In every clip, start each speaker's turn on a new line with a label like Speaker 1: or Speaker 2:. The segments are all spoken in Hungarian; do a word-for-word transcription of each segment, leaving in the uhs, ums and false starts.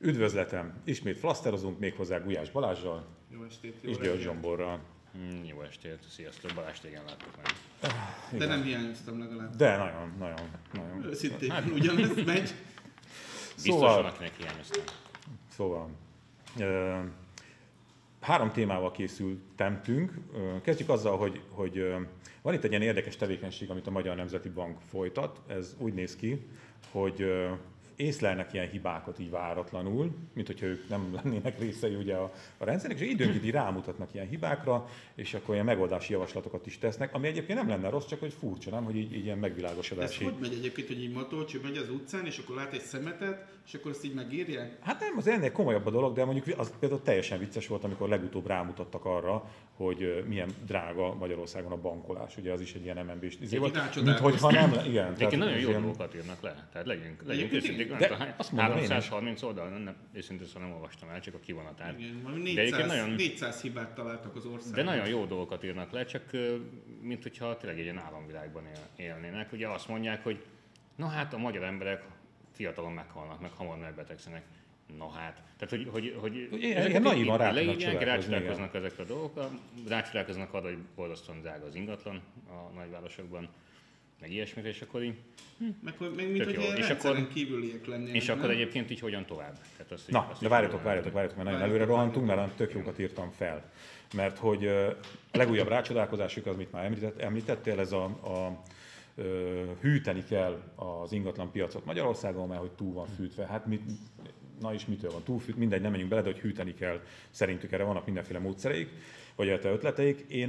Speaker 1: Üdvözletem! Ismét flaszterozunk, méghozzá Gulyás Balázssal
Speaker 2: Jó estét, jó
Speaker 1: és György Zsomborral.
Speaker 3: Mm, jó estét, sziasztok, Balázs, igen láttuk meg.
Speaker 2: De igen. Nem hiányoztam legalább.
Speaker 1: De nagyon, nagyon, nagyon.
Speaker 2: Őszintén, hát, ugyanezt megy.
Speaker 3: Biztosan, szóval, akinek hiányoztam.
Speaker 1: Szóval, uh, három témával készültünk. Uh, kezdjük azzal, hogy, hogy uh, van itt egy ilyen érdekes tevékenység, amit a Magyar Nemzeti Bank folytat. Ez úgy néz ki, hogy uh, észlelnek ilyen hibákat így váratlanul, mint hogyha ők nem lennének részei ugye a, a rendszernek, és időnként így rámutatnak ilyen hibákra, és akkor ilyen megoldási javaslatokat is tesznek, ami egyébként nem lenne rossz, csak hogy furcsa, nem, hogy így, így ilyen megvilágosodási.
Speaker 2: Ez hogy megy egyébként, hogy így Matolcsi megy az utcán, és akkor lát egy szemetet, és akkor ezt így megírják?
Speaker 1: Hát nem, az ennél komolyabb a dolog, de mondjuk az például teljesen vicces volt, amikor legutóbb rámutattak arra, hogy milyen drága Magyarországon a bankolás. Ugye az is egy ilyen em en bé-s izé volt. Mint hogyha nem, igen.
Speaker 3: Egyébként nagyon jó dolgokat írnak le. Tehát legyünk, legyünk őszinték. háromszázharminc oldal, nem, őszintén szóval nem olvastam el, csak a kivonatát.
Speaker 2: Igen, négyszáz, nagyon, négyszáz hibát találtak az országban.
Speaker 3: De nagyon jó dolgokat írnak le, csak mint hogyha tényleg egy ilyen államvilágban él, élnének. Ugye azt mondják, hogy na hát a magyar emberek fiatalon meghalnak, meg hamar megbetegszenek. Na hát, tehát hogy, hogy, hogy
Speaker 1: ilyen naívan rá tudnak
Speaker 3: csodálkozni. Rácsodálkoznak ezekre a dolgokra, rácsodálkoznak arra, hogy borzasztóan drága az ingatlan a nagyvárosokban, meg ilyesmire, és akkor így...
Speaker 2: Hm, meg, meg mint hogy ilyen rendszeren kívüliek lennének.
Speaker 3: És akkor egyébként így hogyan tovább? Tehát azt,
Speaker 1: Na, azt de várjatok, várjatok, várjatok, mert nagyon előre rohantunk, mert tök jókat írtam fel. Mert hogy a legújabb rácsodálkozásuk, az, amit már említett, említettél, ez a, a hűteni kell az ingatlan piacot Magyarországon, mert hogy túl van fűtve. Hát mit, na és mitől van túl fűtve, mindegy, nem menjünk bele, de hogy hűteni kell, szerintük erre vannak mindenféle módszereik, vagy ötleteik. Én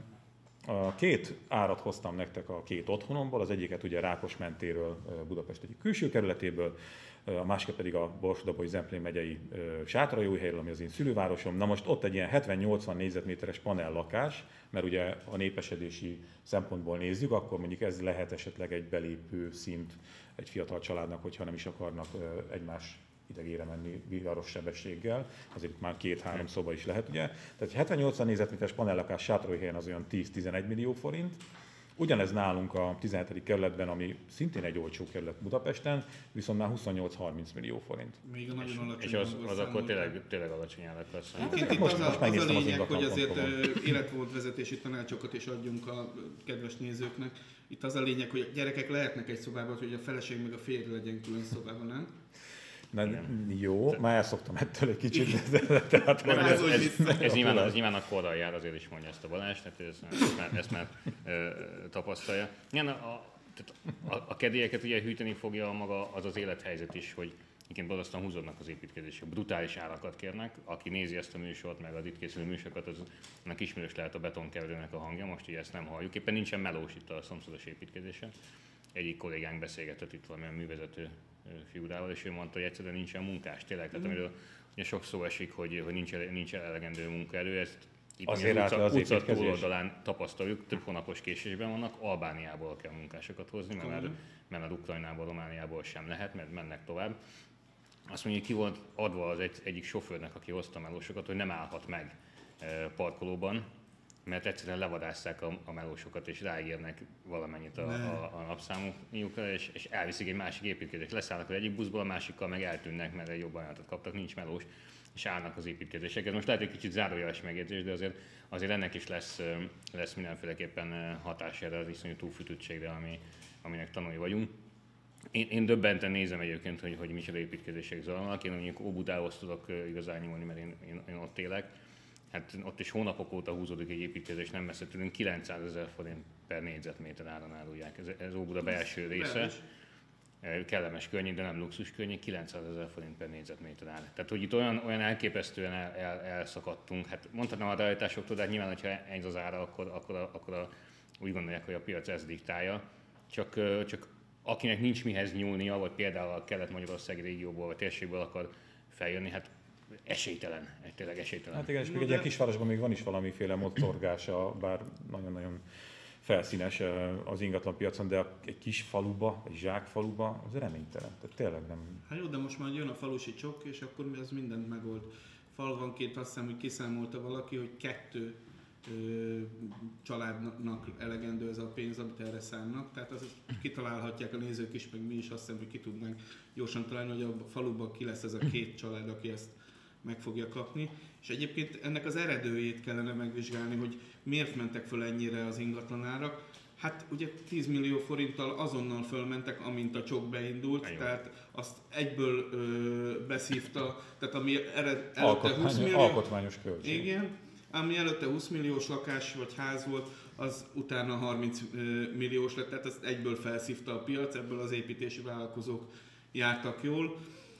Speaker 1: a két árat hoztam nektek a két otthonomból, az egyiket ugye Rákosmentéről, Budapest egyik külső kerületéből, a másikat pedig a Borsod-Abaúj-Zemplén megyei Sátrajóhelyről, ami az én szülővárosom. Na most ott egy ilyen hetven-nyolcvan négyzetméteres panellakás, mert ugye a népesedési szempontból nézzük, akkor mondjuk ez lehet esetleg egy belépő szint egy fiatal családnak, hogyha nem is akarnak egymás idegére menni viharos sebességgel, azért már két-három szoba is lehet, ugye. Tehát hetven-nyolcvan négyzetméteres panellakás Sátrajóhelyen az olyan tíz-tizenegy millió forint. Ugyanez nálunk a tizenhetedik kerületben, ami szintén egy olcsó kerület Budapesten, viszont már huszonnyolc-harminc millió forint.
Speaker 2: Még a nagyon alacsony.
Speaker 3: És az, az akkor tényleg, tényleg alacsony árak lesz.
Speaker 2: Hát itt most, az, most a, az a lényeg, az hogy azért életmódvezetési tanácsokat is adjunk a kedves nézőknek. Itt az a lényeg, hogy a gyerekek lehetnek egy szobában, hogy a feleség meg a férj legyen külön szobában, nem?
Speaker 1: Na, jó, Te... már elszoktam ettől egy kicsit, de tehát
Speaker 3: nem, ez, ez, ez, ez, nyilván, ez nyilván a korral jár, azért is mondja ezt a Balázs, tehát ez, ezt már, ezt már ö, tapasztalja. Igen, a, a, a kedélyeket ugye hűteni fogja maga az az élethelyzet is, hogy igen, borzasztóan húzódnak az építkezések, brutális árakat kérnek. Aki nézi ezt a műsort, meg az itt készülő műsorokat, aznak ismerős lehet a betonkeverőnek a hangja, most ugye ezt nem halljuk. Éppen nincsen melós itt a szomszédos építkezésen. Egyik kollégánk beszélgetett itt valamilyen művezető fiúrával, és ő mondta, hogy egyszerűen nincsen munkás. Tényleg, tehát amiről ugye sok szó esik, hogy, hogy nincs, nincs elegendő munkaerő, ezt itt azért az utca, az utca túloldalán tapasztaljuk, több hónapos késésben vannak, Albániából kell munkásokat hozni, mert, mert, mert a Ukrajnából, Romániából sem lehet, mert mennek tovább. Azt mondja, ki volt adva az egy, egyik sofőrnek, aki hozta melósokat, hogy nem állhat meg parkolóban, mert egyszerűen levadásszák a, a melósokat, és ráírnek valamennyit a, a, a napszámukra, és, és elviszik egy másik építkezést. Leszállnak az egyik buszból, a másikkal meg eltűnnek, mert egy jobb ajánlatot kaptak, nincs melós, és állnak az építkezések. Ez most lehet egy kicsit zárójeles megjegyzés, de azért, azért ennek is lesz, lesz mindenféleképpen hatás erre az iszonyú túlfűtöttségre, ami, aminek tanulni vagyunk. Én, én döbbenten nézem egyébként, hogy, hogy micsoda építkezések zajlanak. Én mondjuk Óbudához tudok igazán nyúlni, mert én, én, én ott élek. Hát ott is hónapok óta húzódik egy építkezés, nem messze tőlünk, kilencszázezer forint per négyzetméter áron árulják. Ez, ez Óbuda belső része. Kellemes környék, de nem luxus környék, kilencszázezer forint per négyzetméter ár. Tehát, hogy itt olyan, olyan elképesztően el, el, elszakadtunk. Hát mondhatnám a realitásoktól, de hát nyilván, hogyha ez az ára, akkor, akkor, a, akkor a, úgy gondolják, hogy a piac ezt diktálja. Csak, csak akinek nincs mihez nyúlnia, vagy például a Kelet-Magyarországi régióból, vagy térségből akar feljönni, hát esélytelen, tényleg esélytelen.
Speaker 1: Hát igen, és még egy ilyen kisvárosban még van is valamiféle moztorgása, bár nagyon-nagyon felszínes az ingatlan piacon, de egy kis faluba, egy zsákfaluba, az reménytelen. Tehát tényleg nem...
Speaker 2: Hát jó, de most már jön a falusi csok, és akkor ez mindent megold. Falvanként azt hiszem, hogy kiszámolta valaki, hogy kettő családnak elegendő ez a pénz, amit erre szánnak. Tehát azt kitalálhatják a nézők is, meg mi is, azt hiszem, hogy ki tudnánk gyorsan találni, hogy a faluban ki lesz ez a két család, aki ezt meg fogja kapni. És egyébként ennek az eredőjét kellene megvizsgálni, hogy miért mentek föl ennyire az ingatlanárak. Hát ugye tíz millió forinttal azonnal fölmentek, amint a csok beindult, Ejjön. tehát azt egyből ö, beszívta, tehát ami ered, előtte húsz millió...
Speaker 1: Alkotmányos költség.
Speaker 2: Igen, ami előtte húsz milliós lakás vagy ház volt, az utána harminc milliós lett, tehát azt egyből felszívta a piac, ebből az építési vállalkozók jártak jól.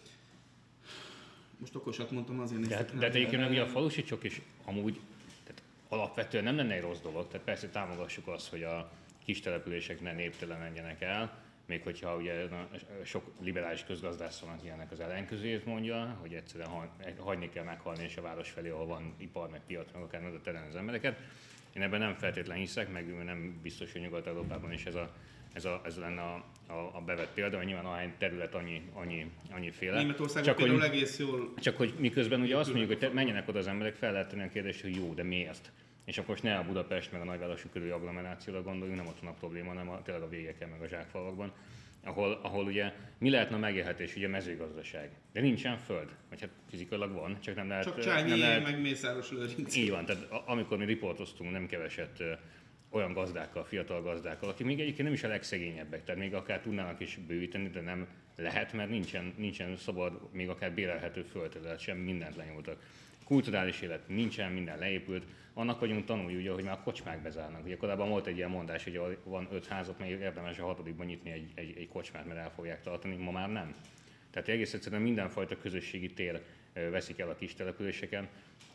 Speaker 2: Most okosat mondtam, azért néztek.
Speaker 3: De, de egyébként ugye a falusi csok is amúgy tehát alapvetően nem lenne egy rossz dolog, tehát persze támogassuk azt, hogy a kis települések ne néptelenedjenek el, még hogyha ugye sok liberális közgazdász van, aki ennek az ellenkezőjét mondja, hogy egyszerűen hagyni kell meghalni és a város felé, ahol van ipar, meg piac, meg akár oda terelni az embereket. Én ebben nem feltétlenül hiszek, meg nem biztos, hogy Nyugat-Európában is ez, a, ez, a, ez lenne a, a, a bevett példa, hogy nyilván ahány terület annyi, annyi, annyi féle.
Speaker 2: Németországban például hogy, egész jól...
Speaker 3: Csak hogy miközben ugye azt mondjuk, hogy menjenek oda az emberek, fel lehet tenni a kérdést, hogy jó, de miért? És akkor most ne a Budapest meg a nagyvárosok körüli agglomerációra gondoljunk, nem ott van a probléma, hanem a, tényleg a végeken meg a zsákfalvakban, ahol, ahol ugye mi lehetne a megélhetés, ugye mezőgazdaság. De nincsen föld, vagy hát fizikailag van, csak nem lehet...
Speaker 2: Csak Csányi, lehet, meg Mészáros Lőrinc.
Speaker 3: Így van, tehát amikor mi riportoztunk, nem keveset ö, olyan gazdákkal, fiatal gazdákkal, akik még egyébként nem is a legszegényebbek, tehát még akár tudnának is bővíteni, de nem lehet, mert nincsen, nincsen szabad, még akár bérelhető földterület sem, mindent lenyúltak. Kulturális élet nincsen, minden leépült. Annak vagyunk tanulni, ugye, hogy már a kocsmák bezárnak. Ugye korábban volt egy ilyen mondás, hogy van öt házat, még érdemes a hatodikban nyitni egy, egy, egy kocsmát, mert el fogják tartani, ma már nem. Tehát egész egyszerűen mindenfajta közösségi tér veszik el a kis településeken.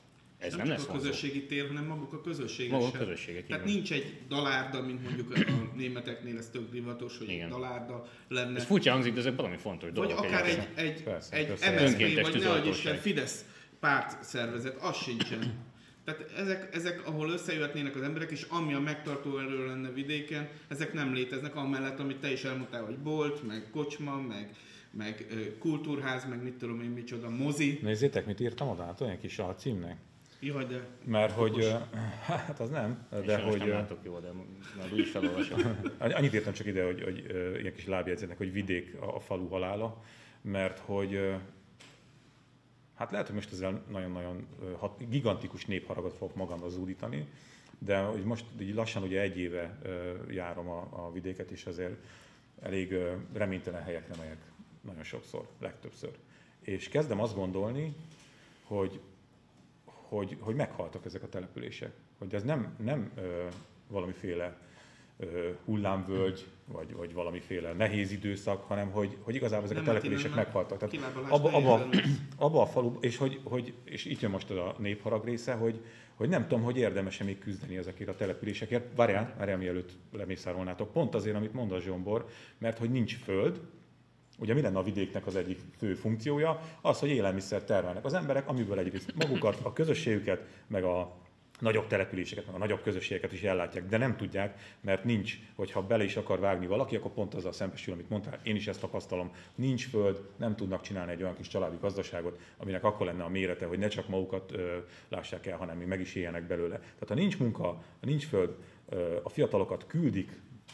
Speaker 3: Ez nem, nem lesz
Speaker 2: a közösségi tér, hanem maguk a közösségek.
Speaker 3: Maguk a közösségek.
Speaker 2: Tehát igen. Nincs egy dalárda, mint mondjuk a németeknél, ez tök divatos, hogy igen. dalárda lenne.
Speaker 3: Ez furcsa hangzik, de ezek valami fontos dolgok.
Speaker 2: Vagy akár egy, egy, persze, egy persze. em es zé pé, vagy nehogy Isten Fidesz párt szervezet, az sincsen. Tehát ezek, ezek, ahol összejöhetnének az emberek, és ami a megtartó erő lenne vidéken, ezek nem léteznek, amellett, amit te is elmondtál, hogy bolt, meg kocsma, meg, meg kultúrház, meg mit tudom én, micsoda, mozi.
Speaker 1: Nézzétek, mit írtam oda, hát olyan kis alcímnek.
Speaker 2: Jaj, de...
Speaker 1: Mert hogy, hát az nem, de
Speaker 3: és
Speaker 1: hogy...
Speaker 3: nem látok jól, de már úgy is felolvasom.
Speaker 1: Annyit írtam csak ide, hogy, hogy ilyen kis lábjegyzetnek, hogy vidék a, a falu halála, mert hogy hát lehet, hogy most ezzel nagyon-nagyon hat, gigantikus népharagot fogok magamra zúdítani, de hogy most így lassan ugye egy éve járom a, a vidéket, és azért elég reménytelen helyekre megyek nagyon sokszor, legtöbbször. És kezdem azt gondolni, hogy Hogy, hogy meghaltak ezek a települések. Hogy ez nem, nem ö, valamiféle ö, hullámvölgy, vagy, vagy valamiféle nehéz időszak, hanem hogy, hogy igazából ezek nem, a települések meghaltak. Tehát abba, abba, abba a falu, és, hogy, hogy, és itt jön most a népharag része, hogy, hogy nem tudom, hogy érdemes-e még küzdeni ezekért a településekért. Várjál, várjál, mielőtt lemészárolnátok. Pont azért, amit mond a Zsombor, mert hogy nincs föld. Ugye mi lenne a vidéknek az egyik fő funkciója? Az, hogy élelmiszer termelnek az emberek, amiből egyrészt magukat, a közösségüket, meg a nagyobb településeket, meg a nagyobb közösségeket is ellátják, de nem tudják, mert nincs, hogyha bele is akar vágni valaki, akkor pont azzal szembesül, amit mondtál, én is ezt tapasztalom, nincs föld, nem tudnak csinálni egy olyan kis családi gazdaságot, aminek akkor lenne a mérete, hogy ne csak magukat ö, lássák el, hanem még meg is éljenek belőle. Tehát ha nincs munka, ha nincs föld, ö, a fiatalokat küldik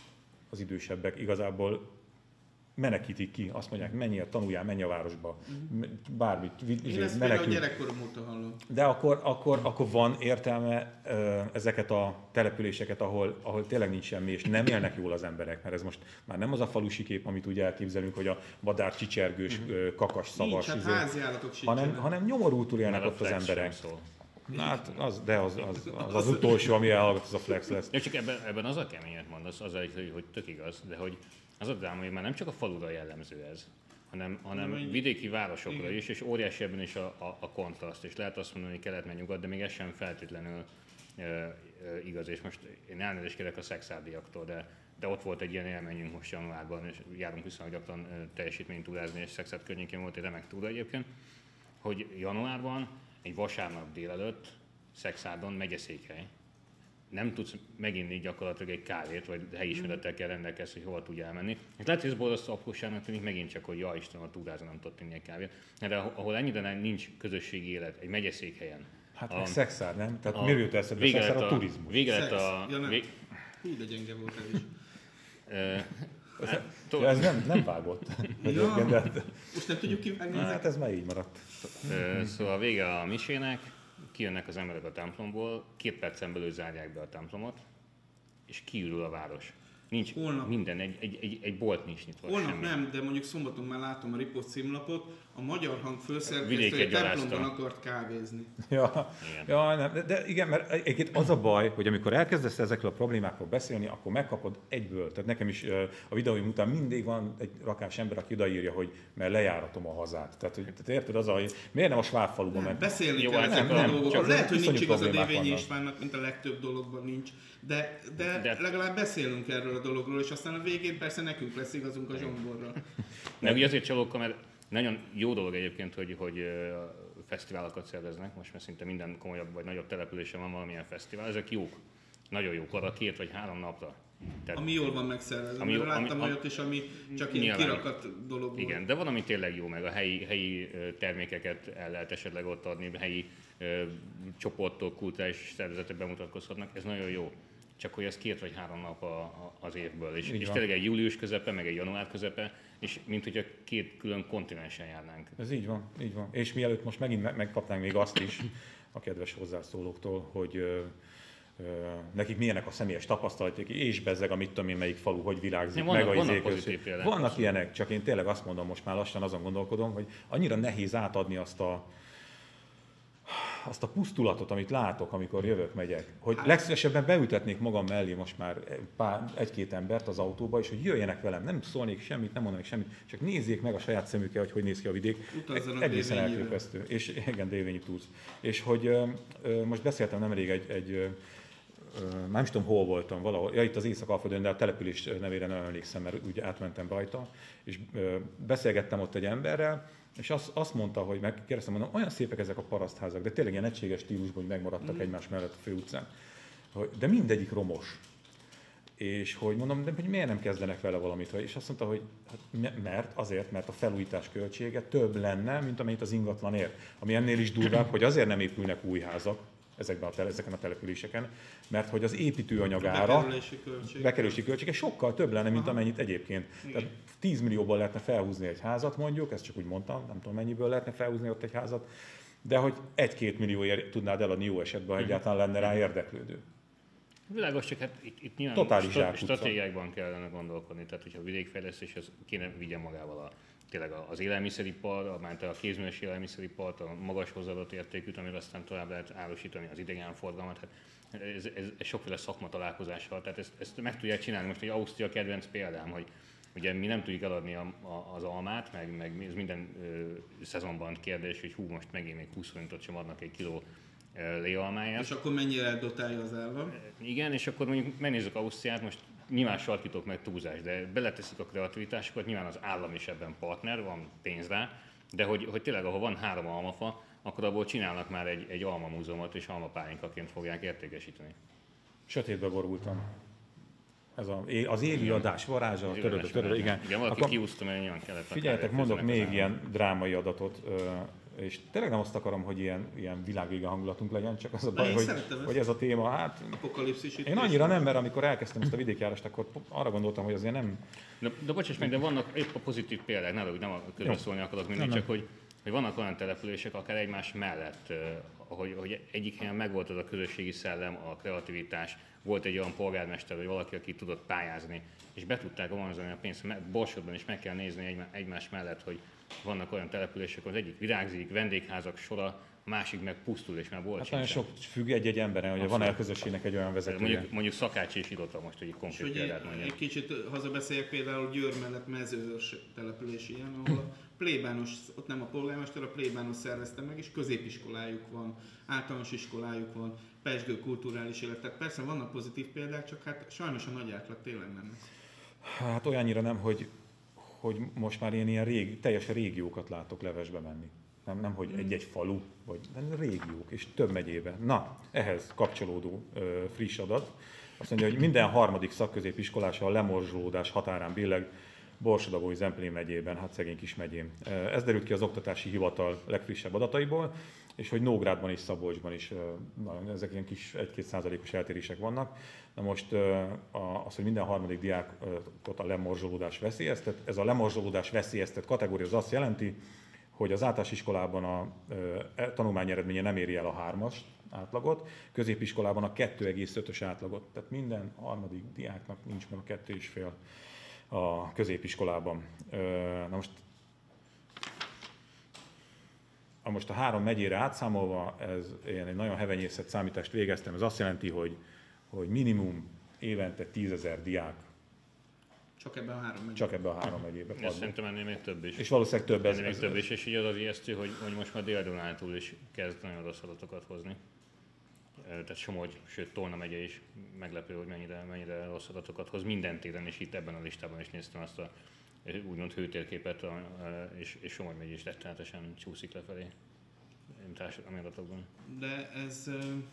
Speaker 1: az idősebbek, igazából menekítik ki, azt mondják, menjél, tanuljál, menj a városba, bármit,
Speaker 2: Én ezt például gyerekkorom óta hallom.
Speaker 1: De akkor, akkor, akkor van értelme ezeket a településeket, ahol, ahol tényleg nincs semmi, és nem élnek jól az emberek, mert ez most már nem az a falusi kép, amit úgy elképzelünk, hogy a vadár csicsergős, kakas, szavas,
Speaker 2: nincs, hát háziállatok
Speaker 1: hanem, hanem nyomorultul élnek ott az emberek. Na, hát az, de az az, az, az utolsó, ami elhallgat, az a flex lesz.
Speaker 3: Ja, csak ebben, ebben az a keményet mondasz, az, hogy, hogy tök igaz, de hogy az a dráma, hogy már nem csak a falura jellemző ez, hanem, hanem vidéki városokra igen. is, és óriási ebben is a, a, a kontraszt, és lehet azt mondani, hogy kelet meg nyugat, de még ez sem feltétlenül e, e, igaz, és most én elnézést kérek a szexárdiaktól, de, de ott volt egy ilyen élményünk most januárban, és járunk viszonylag gyakran teljesítményt túrázni, és Szexárd környékén volt egy remek túra egyébként, hogy januárban egy vasárnap délelőtt Szexárdon megyeszékhely, nem tudsz meginni gyakorlatilag egy kávét, vagy helyi ismerettel kell rendelkezni, hogy hova tudj elmenni. És lehet, hogy ez borzasztó apróságnak tűnik megint csak, hogy ja Isten, a túrázó nem tudott inni egy kávét. De ahol ennyire nincs közösségi élet, egy megyeszékhelyen,
Speaker 1: Hát
Speaker 3: a,
Speaker 1: meg Szexárd, nem? Tehát
Speaker 3: a,
Speaker 1: miért jut eszedbe Szexárd? A, a turizmus.
Speaker 3: Vége lett a...
Speaker 2: Ja,
Speaker 3: vég...
Speaker 2: Hú, de gyenge volt ez is.
Speaker 1: Hát, ja, ez nem, nem vágott.
Speaker 2: Ja, de... Most nem tudjuk kivágni.
Speaker 1: Hát ez már így maradt.
Speaker 3: Szóval vége a misének, kijönnek az emberek a templomból, két percen belül zárják be a templomot, és kiürül a város. Nincs holnap, minden, egy, egy, egy, egy bolt nincs nyitva.
Speaker 2: Holnap
Speaker 3: semmi.
Speaker 2: nem, de mondjuk szombaton már látom a Ripost címlapot, a Magyar Hang főszerkesztője templomban akart kávézni.
Speaker 1: Ja, ja nem, de, de igen, mert egyébként az a baj, hogy amikor elkezdesz ezekről a problémákról beszélni, akkor megkapod egyből. Tehát nekem is a videóim után mindig van egy rakás ember, aki odaírja, hogy mert lejáratom a hazát. Tehát, hogy, tehát érted az a, hogy miért nem a Svábfaluba ment?
Speaker 2: Beszélni
Speaker 3: Jó,
Speaker 2: kell
Speaker 3: hát
Speaker 2: ezekről a dolgokról. Lehet, hogy nincs igaz a Dévényi
Speaker 1: vannak.
Speaker 2: Istvánnak, mint a legtöbb dologban nincs, de, de,
Speaker 3: De-
Speaker 2: legalább beszélünk erről a dologról, és aztán a végén persze nekünk lesz igazunk a zsomborral.
Speaker 3: De ugye azért csalókkal, mert nagyon jó dolog egyébként, hogy, hogy ö, fesztiválokat szerveznek, most már szinte minden komolyabb vagy nagyobb településen van valamilyen fesztivál, ezek jók, nagyon jók, arra két vagy három napra. Tehát,
Speaker 2: Ami jól van megszervezve,
Speaker 3: Ami
Speaker 2: mert
Speaker 3: jó- ami-
Speaker 2: láttam
Speaker 3: ami-
Speaker 2: olyat is, ami csak ilyen
Speaker 3: Nyilván.
Speaker 2: kirakat dolog volt.
Speaker 3: igen, de van, ami tényleg jó, meg a helyi, helyi ö, termékeket el lehet esetleg ott adni, helyi ö, csoportok, kulturális szervezetek bemutatkozhatnak, ez nagyon jó. Csak hogy ez két vagy három nap a, a, az évből, és,
Speaker 1: Így
Speaker 3: és
Speaker 1: van.
Speaker 3: tényleg egy július közepe, meg egy január közepe, és mint hogyha két külön kontinensen járnánk.
Speaker 1: Ez így van, így van. És mielőtt most megint me- megkapnánk még azt is a kedves hozzászólóktól, hogy ö, ö, nekik milyenek a személyes tapasztalatok, és bezzeg a mit tudom én, melyik falu, hogy virágzik,
Speaker 3: Ja, vannak-
Speaker 1: meg a
Speaker 3: vannak
Speaker 1: izék
Speaker 3: pozitív
Speaker 1: össze-
Speaker 3: példák.
Speaker 1: Vannak ilyenek, csak én tényleg azt mondom, most már lassan azon gondolkodom, hogy annyira nehéz átadni azt a azt a pusztulatot, amit látok, amikor jövök, megyek, hogy legszívesebben beültetnék magam mellé most már pár, egy-két embert az autóba, és hogy jöjjenek velem, nem szólnék semmit, nem mondanék semmit, csak nézzék meg a saját szemükkel, hogy hogy néz ki a vidék.
Speaker 2: Utazzanak
Speaker 1: Egészen
Speaker 2: Dévényire.
Speaker 1: elképesztő. És igen, Dévényi túlsz. És hogy ö, ö, most beszéltem nemrég egy, egy ö, ö, már nem is tudom, hol voltam, valahol, ja itt az Észak-Alföldön, de a település nevére nem emlékszem, mert úgy átmentem rajta, és ö, beszélgettem ott egy emberrel, és azt, azt mondta, hogy megkérdeztem, mondom, olyan szépek ezek a parasztházak, de tényleg ilyen egységes stílusban, hogy megmaradtak mm. egymás mellett a főutcán. Hogy- De mindegyik romos. És hogy mondom, de hogy miért nem kezdenek vele valamit? És azt mondta, hogy hát me- mert azért, mert a felújítás költsége több lenne, mint amennyit az ingatlan ér. Ami ennél is durvább, hogy azért nem épülnek új házak ezekben a tele, ezeken a településeken, mert hogy az építőanyagára,
Speaker 2: Bekerülési költség.
Speaker 1: bekerülési költsége sokkal több lenne, mint amennyit egyébként. Tehát tíz millióból lehetne felhúzni egy házat mondjuk, ezt csak úgy mondtam, nem tudom mennyiből lehetne felhúzni ott egy házat, de hogy egy-két millióért tudnád eladni jó esetben, ha egyáltalán lenne rá érdeklődő.
Speaker 3: Világos, csak hát itt, itt nyilván
Speaker 1: Totális
Speaker 3: stra-
Speaker 1: zsákutca.
Speaker 3: stratégiákban kellene gondolkodni, tehát hogyha a vidékfejlesztés az kéne vigyen magával a, tényleg az élelmiszeripar, a, a kézműves élelmiszeripart, a magas hozzáadott értékűt, amivel aztán tovább lehet árusítani az idegenforgalmat. Hát ez, ez, ez sokféle szakma találkozással, tehát ezt, ezt meg tudják csinálni. Most egy Ausztria kedvenc példám, hogy ugye mi nem tudjuk eladni a, a, az almát, meg, meg ez minden ö, szezonban kérdés, hogy hú, most megint még húsz forintot sem adnak egy kiló ö, léalmáját.
Speaker 2: És akkor mennyire dotálja az állam?
Speaker 3: Igen, és akkor mondjuk megnézzük Ausztriát, most nyilván sarkítok meg túlzás, de beleteszik a kreativitásokat, nyilván az állam is ebben partner, van pénz rá, de hogy, hogy tényleg, ahol van három almafa, akkor abból csinálnak már egy, egy almamúzeumot, és almapálinkaként fogják értékesíteni.
Speaker 1: Sötétbe borultam. Ez a, az éli adás varázsa,
Speaker 3: Az
Speaker 1: törödö,
Speaker 3: írás
Speaker 1: törödö,
Speaker 3: menete.
Speaker 1: igen.
Speaker 3: Igen, valaki
Speaker 1: Akkor
Speaker 3: kiúzta, mert nyilván kellett. a
Speaker 1: figyeljetek,
Speaker 3: kávéfőzőnek
Speaker 1: mondok
Speaker 3: az
Speaker 1: még
Speaker 3: állam.
Speaker 1: ilyen drámai adatot, ö, és tényleg nem azt akarom, hogy ilyen, ilyen világvége hangulatunk legyen, csak az a baj,
Speaker 2: én
Speaker 1: hogy,
Speaker 2: szeretem ezt.
Speaker 1: hogy ez a téma, hát
Speaker 2: Apokalipszis itt
Speaker 1: én annyira nem, mert amikor elkezdtem ezt a vidékjárást, akkor arra gondoltam, hogy azért nem.
Speaker 3: De, de bocsáss meg, de vannak épp a pozitív példák, ne, hogy nem a közbeszólni akarok mindig,
Speaker 1: Nem,
Speaker 3: csak hogy, hogy vannak olyan települések, akár egymás mellett, eh, hogy, hogy egyik helyen megvolt az a közösségi szellem, a kreativitás, volt egy olyan polgármester, vagy valaki, aki tudott pályázni, és be tudták vonzani a pénzt. Borsodban is meg kell nézni egymá- egymás mellett, hogy vannak olyan települések, az egyik virágzik, vendégházak sora, a másik meg pusztul, és már volt
Speaker 1: Hát nagyon
Speaker 3: sincsen.
Speaker 1: sok függ egy-egy emberen, hogy van-e a közösségnek egy olyan vezetője.
Speaker 3: Mondjuk, mondjuk Szakács és Idota most egy
Speaker 2: És
Speaker 3: konkrét
Speaker 2: hogy
Speaker 3: példát mondjuk.
Speaker 2: egy kicsit hazabeszéljek, például Győr mellett Mezőörs település ilyen, ahol a plébános, ott nem a polgármester, a plébános szervezte meg, és középiskolájuk van, általános iskolájuk van, pezsgő kulturális élet. Tehát persze vannak pozitív példák, csak hát sajnos a nagy átlag tényleg nem.
Speaker 1: Hát olyannyira nem, hogy, hogy most már én ilyen régi, teljes régiókat látok levesbe menni. Nem, nem hogy egy-egy falu, vagy nem, régiók, és több megyében. Na, ehhez kapcsolódó ö, friss adat. Azt mondja, hogy minden harmadik szakközépiskolás a lemorzsolódás határán billeg Borsod-Abaúj-Zemplén megyében, hát szegény kis megyén. Ez derült ki az Oktatási Hivatal legfrissebb adataiból. és hogy Nógrádban és Szabolcsban is nagyon, ezek ilyen kis egy-két százalékos eltérések vannak. Na most az, hogy minden harmadik diákot a lemorzsolódás veszélyeztet, ez a lemorzsolódás veszélyeztet kategória az azt jelenti, hogy az általános iskolában a tanulmány eredménye nem éri el a hármas átlagot, középiskolában a kettő egész ötös átlagot. Tehát minden harmadik diáknak nincs meg a kettő és fél a középiskolában. Na most, most a három megyére átszámolva, ez én egy nagyon hevenyészet számítást végeztem, ez azt jelenti, hogy, hogy minimum évente tízezer diák
Speaker 2: Csak ebben a három megyében.
Speaker 1: Csak ebben a három megyében.
Speaker 3: És szerintem ennél még több is.
Speaker 1: És valószínűleg több ez.
Speaker 3: Ennél még több is, és így az az ijesztő, hogy, hogy most már Dél-Dunántúl is kezd nagyon rossz adatokat hozni. Tehát Somogy, sőt Tolna megye is meglepő, hogy mennyire, mennyire rossz adatokat hoz minden téren, és itt ebben a listában is néztem azt a úgymond hőtérképet, és, és Somogy megye is rettenetesen csúszik lefelé társadalmi adatokban.
Speaker 2: De ez...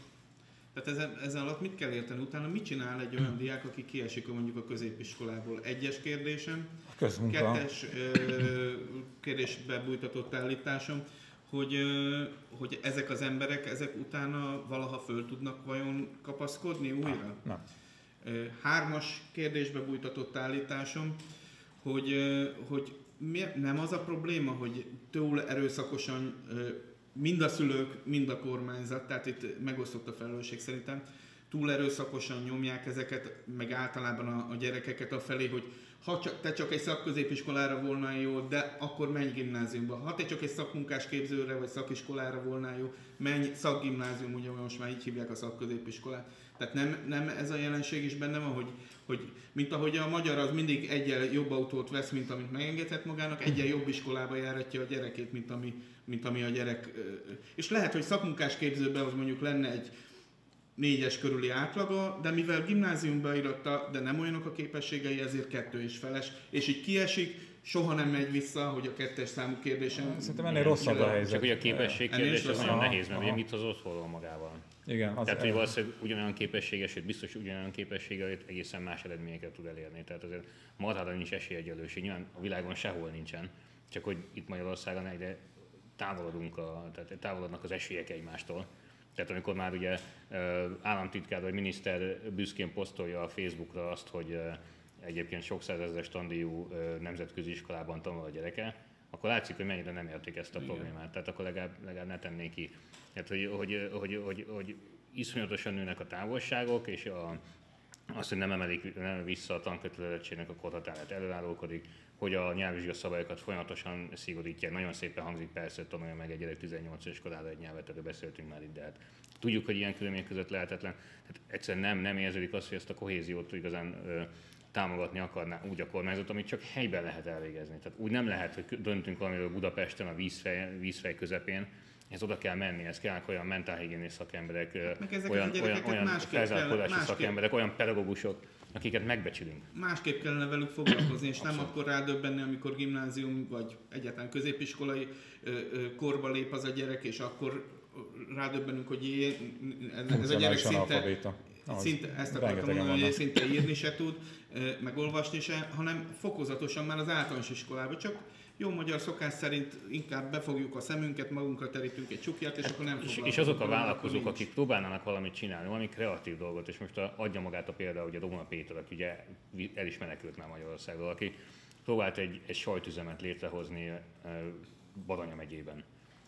Speaker 2: Tehát ezen, ezen alatt mit kell érteni? Utána mit csinál egy olyan diák, aki kiesik mondjuk a középiskolából? Egyes kérdésem,
Speaker 1: közmunka.
Speaker 2: Kettes ö, kérdésbe bújtatott állításom, hogy, ö, hogy ezek az emberek, ezek utána valaha föl tudnak vajon kapaszkodni újra?
Speaker 1: Nem.
Speaker 2: Ö, hármas kérdésbe bújtatott állításom, hogy, ö, hogy miért nem az a probléma, hogy túl erőszakosan ö, mind a szülők, mind a kormányzat, tehát itt megosztott a felelősség szerintem, túl erőszakosan nyomják ezeket, meg általában a, a gyerekeket afelé, hogy ha csak, te csak egy szakközépiskolára volnál jó, de akkor menj gimnáziumba. Ha te csak egy szakmunkás képzőre vagy szakiskolára volnál jó, menj szakgimnázium, ugye most már így hívják a szakközépiskolát. Tehát nem, nem ez a jelenség is benne van, hogy, hogy mint ahogy a magyar az mindig egyel jobb autót vesz, mint amit megengedhet magának, egyel jobb iskolába járatja a gyerekét, mint ami, mint ami a gyerek. És lehet, hogy szakmunkás képzőben az mondjuk lenne egy négyes körüli átlaga, de mivel gimnáziumba íratta, de nem olyanok a képességei, ezért kettő és feles, és így kiesik, soha nem megy vissza, hogy a kettes számú kérdésen...
Speaker 1: Szerintem ennél rosszabb a helyzet.
Speaker 3: Csak hogy a képesség kérdés az nagyon nehéz, mert ugye mit hozott forró magával.
Speaker 1: Igen, az
Speaker 3: tehát, hogy valószínűleg ugyanolyan képességes, sőt biztos ugyanolyan képességgel egészen más eredményeket tud elérni. Tehát azért marhára nincs esélyegyenlőség, nyilván a világon sehol nincsen, csak hogy itt Magyarországon egyre távolodunk, a, tehát távolodnak az esélyek egymástól. Tehát amikor már ugye államtitkár vagy miniszter büszkén posztolja a Facebookra azt, hogy egyébként sok százezeres tandíjú nemzetközi iskolában tanul a gyereke, akkor látszik, hogy mennyire nem értik ezt a Igen. problémát. Tehát akkor legalább, legalább ne tennék ki. Tehát, hogy, hogy, hogy, hogy, hogy iszonyatosan nőnek a távolságok, és a, azt, hogy nem emelik nem vissza a tankötelezettségnek a korhatárát, előállókodik, hogy a nyelvvizsga szabályokat folyamatosan szigorítják. Nagyon szépen hangzik, persze, tanulja meg egy gyerek tizennyolc éves korára egy nyelvet, erről beszéltünk már itt, de hát tudjuk, hogy ilyen körülmények között lehetetlen. Tehát egyszerűen nem, nem érződik azt, hogy ezt a kohéziót igazán ö, támogatni akarná úgy a kormányzat, amit csak helyben lehet elvégezni. Tehát úgy nem lehet, hogy döntünk valamiről Budapesten a vízfej, vízfej közepén, ez oda kell menni, ez kell olyan mentálhigiénész szakemberek, olyan, olyan, olyan felzárkózási szakemberek, olyan pedagógusok, akiket megbecsülünk.
Speaker 2: Másképp kellene velük foglalkozni, és nem akkor rádöbbenni, amikor gimnázium vagy egyáltalán középiskolai ö, ö, korba lép az a gyerek, és akkor rádöbbenünk, hogy jé, ez, ez a gyerek szinte, szinte ezt akartam mondani, hogy szinte írni se tud, meg olvasni se, hanem fokozatosan már az általános iskolában. Csak jó magyar szokás szerint inkább befogjuk a szemünket, magunkra terítünk egy csukját, és akkor nem foglalkozunk.
Speaker 3: És azok a vállalkozók, akik próbálnának valamit csinálni, valami kreatív dolgot, és most adja magát a példa, hogy a Róna Péter, aki ugye el is menekült már Magyarországról, aki próbált egy, egy sajtüzemet létrehozni Baranya megyében,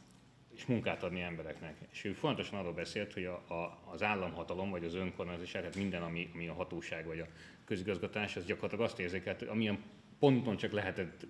Speaker 3: és munkát adni embereknek. És ő fontosan arról beszélt, hogy a, a, az államhatalom, vagy az önkormányzás, tehát minden, ami, ami a hatóság, vagy a közigazgatás, az gyakorlatilag azt érzékelt, hogy amilyen ponton csak lehetett,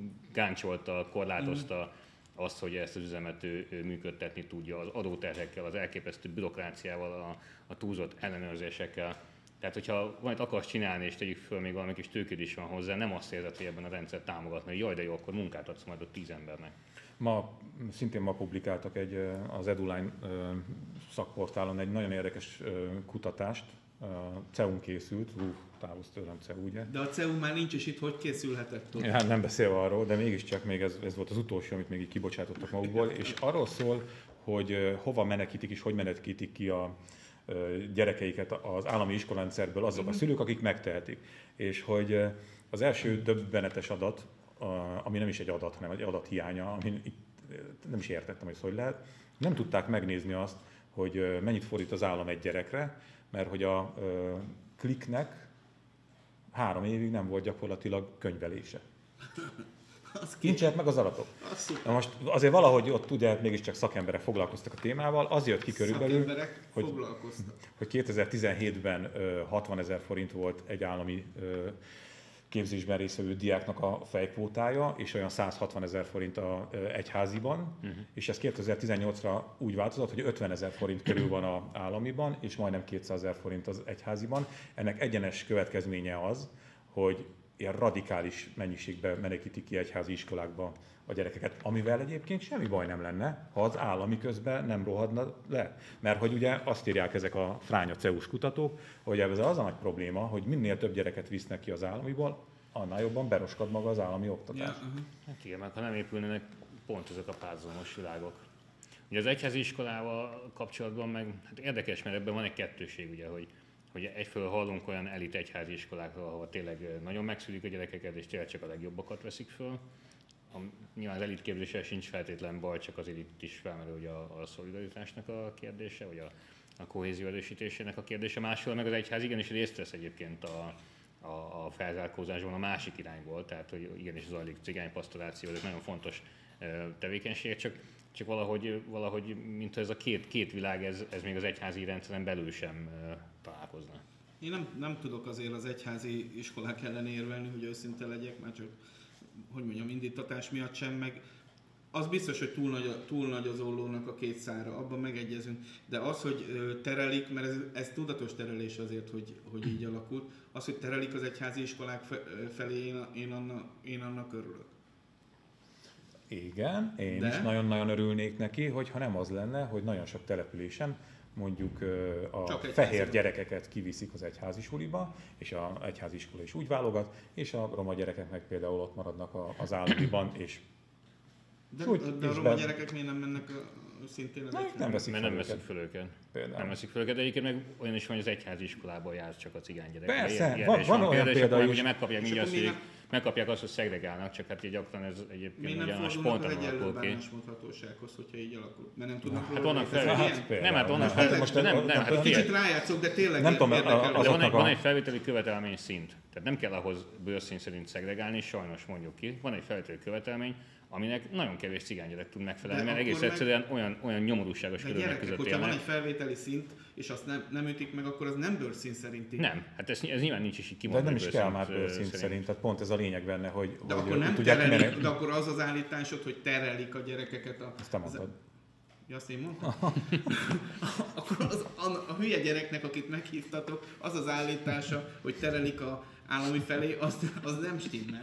Speaker 3: gáncsolta, korlátozta azt, hogy ezt az üzemet ő, ő működtetni tudja, az adóterhekkel, az elképesztő bürokráciával, a, a túlzott ellenőrzésekkel. Tehát, hogyha valamit akarsz csinálni, és tegyük föl, még valami kis tőkéd is van hozzá, nem azt érzed, hogy ebben a rendszer támogatni, hogy jaj, de jó, akkor munkát adsz majd ott tíz embernek.
Speaker 1: Ma, szintén ma publikáltak egy, az Eduline szakportálon egy nagyon érdekes kutatást, a cé e u-n készült, hú, távozz tőlem cé e u, ugye?
Speaker 2: De a cé e u már nincs is itt, hogy készülhetett ott?
Speaker 1: Ja, nem beszélve arról, de mégiscsak még ez, ez volt az utolsó, amit még így kibocsátottak magukból, és arról szól, hogy hova menekítik és hogy menekítik ki a gyerekeiket az állami iskolárendszerből azok a szülők, akik megtehetik. És hogy az első döbbenetes adat, ami nem is egy adat, hanem egy adathiánya, amin itt nem is értettem, hogy ez hogy lehet, nem tudták megnézni azt, hogy mennyit fordít az állam egy gyerekre, mert hogy a Kliknek három évig nem volt gyakorlatilag könyvelése. Nincsenek meg az adatok. Na most azért valahogy ott ugye mégiscsak szakemberek foglalkoztak a témával, az jött ki körülbelül, hogy, hogy kétezer-tizenhétben hatvanezer forint volt egy állami képzésben résztvevő diáknak a fejkvótája, és olyan százhatvanezer forint a egyháziban, uh-huh. és ez kétezer-tizennyolcra úgy változott, hogy ötvenezer forint körül van az államiban, és majdnem kétszázezer forint az egyháziban. Ennek egyenes következménye az, hogy ilyen radikális mennyiségben menekítik ki egyházi iskolákba a gyerekeket, amivel egyébként semmi baj nem lenne, ha az állami közben nem rohadna le. Mert hogy ugye azt írják ezek a fránya cé e u-s kutatók, hogy ez az a nagy probléma, hogy minél több gyereket visznek ki az államiból, annál jobban beroskad maga az állami oktatás. Ja, uh-huh.
Speaker 3: Hát igen, mert ha nem épülnének pont ezek a párhuzamos világok. Ugye az egyházi iskolával kapcsolatban meg hát érdekes, mert ebben van egy kettőség, ugye, hogy hogy egyfelől hallunk olyan elit egyházi iskolákról, ahol tényleg nagyon megszülik a gyerekeket, és tényleg csak a legjobbakat veszik föl. A, nyilván az elit képzéssel sincs feltétlen baj, csak azért itt is felmerül hogy a, a szolidaritásnak a kérdése, vagy a, a kohézió erősítésének a kérdése. Másról meg az egyház igenis részt vesz egyébként a, a, a felzárkózásban a másik irányból, tehát hogy igenis zajlik cigánypasztoráció, ez nagyon fontos tevékenység, csak, csak valahogy, valahogy mint ez a két, két világ, ez, ez még az egyházi rendszeren belül sem találkozna.
Speaker 2: Én nem, nem tudok azért az egyházi iskolák ellen érvelni, hogy őszinte legyek, már csak, hogy mondjam, indítatás miatt sem, meg az biztos, hogy túl nagy, túl nagy az ollónak a két szára, abban megegyezünk, de az, hogy terelik, mert ez, ez tudatos terelés azért, hogy, hogy így alakult, az, hogy terelik az egyházi iskolák felé, én, én, annak, én annak örülök.
Speaker 1: Igen, én
Speaker 2: de?
Speaker 1: is nagyon-nagyon örülnék neki, hogyha nem az lenne, hogy nagyon sok településen mondjuk a fehér gyerekeket kiviszik az egyházi suliba, és az egyházi iskola is úgy válogat, és a roma gyerekek meg például ott maradnak az államiban, és
Speaker 2: De, úgy, de a roma be... gyerekek miért nem mennek a, szintén az egyházi?
Speaker 3: Nem veszik, nem veszik föl őket. Például. Nem veszik föl őket, de egyébként meg olyan is van, hogy az egyházi iskolában jár csak a cigány gyerekek.
Speaker 1: Persze, ilyen, van, van olyan példa, példa is.
Speaker 3: Ugye megkapják mindjárt, hogy megkapják azt, hogy szegregálnak, csak hát így gyakran ez egyébként ugye a spontan alakul ki.
Speaker 2: Miért nem fordulnak az egyenlő hogyha így alakul? Mert nem tudnak
Speaker 3: hát onnan fel, nem, hát onnan fel,
Speaker 2: most nem, nem, hát kicsit rájátszok, de tényleg
Speaker 1: nem tudom,
Speaker 3: érdekel. Van egy felvételi követelmény szint, tehát nem kell ahhoz bőrszín szerint szegregálni, sajnos mondjuk ki, van egy felvételi követelmény, aminek nagyon kevés cigánygyerek tud megfelelni, mert egész egyszerűen olyan, olyan nyomorúságos körülmények között
Speaker 2: élnek. Hogyha van egy felvételi szint, és azt nem, nem ütik meg, akkor az nem bőrszín szerinti.
Speaker 3: Nem, hát ez, ez nyilván nincs is így kimondva.
Speaker 1: De nem is kell már bőrszín szerint. szerint, tehát pont ez a lényeg benne, hogy...
Speaker 2: De,
Speaker 1: hogy
Speaker 2: akkor, nem terelik, kimenek... de akkor az az állításod, hogy terelik a gyerekeket a...
Speaker 1: Ezt te mondtad.
Speaker 2: Ja, azt én mondtam? Akkor az, a, a hülye gyereknek, akit meghívtatok, az az állítása, hogy terelik a állami felé, az, az nem stimmel.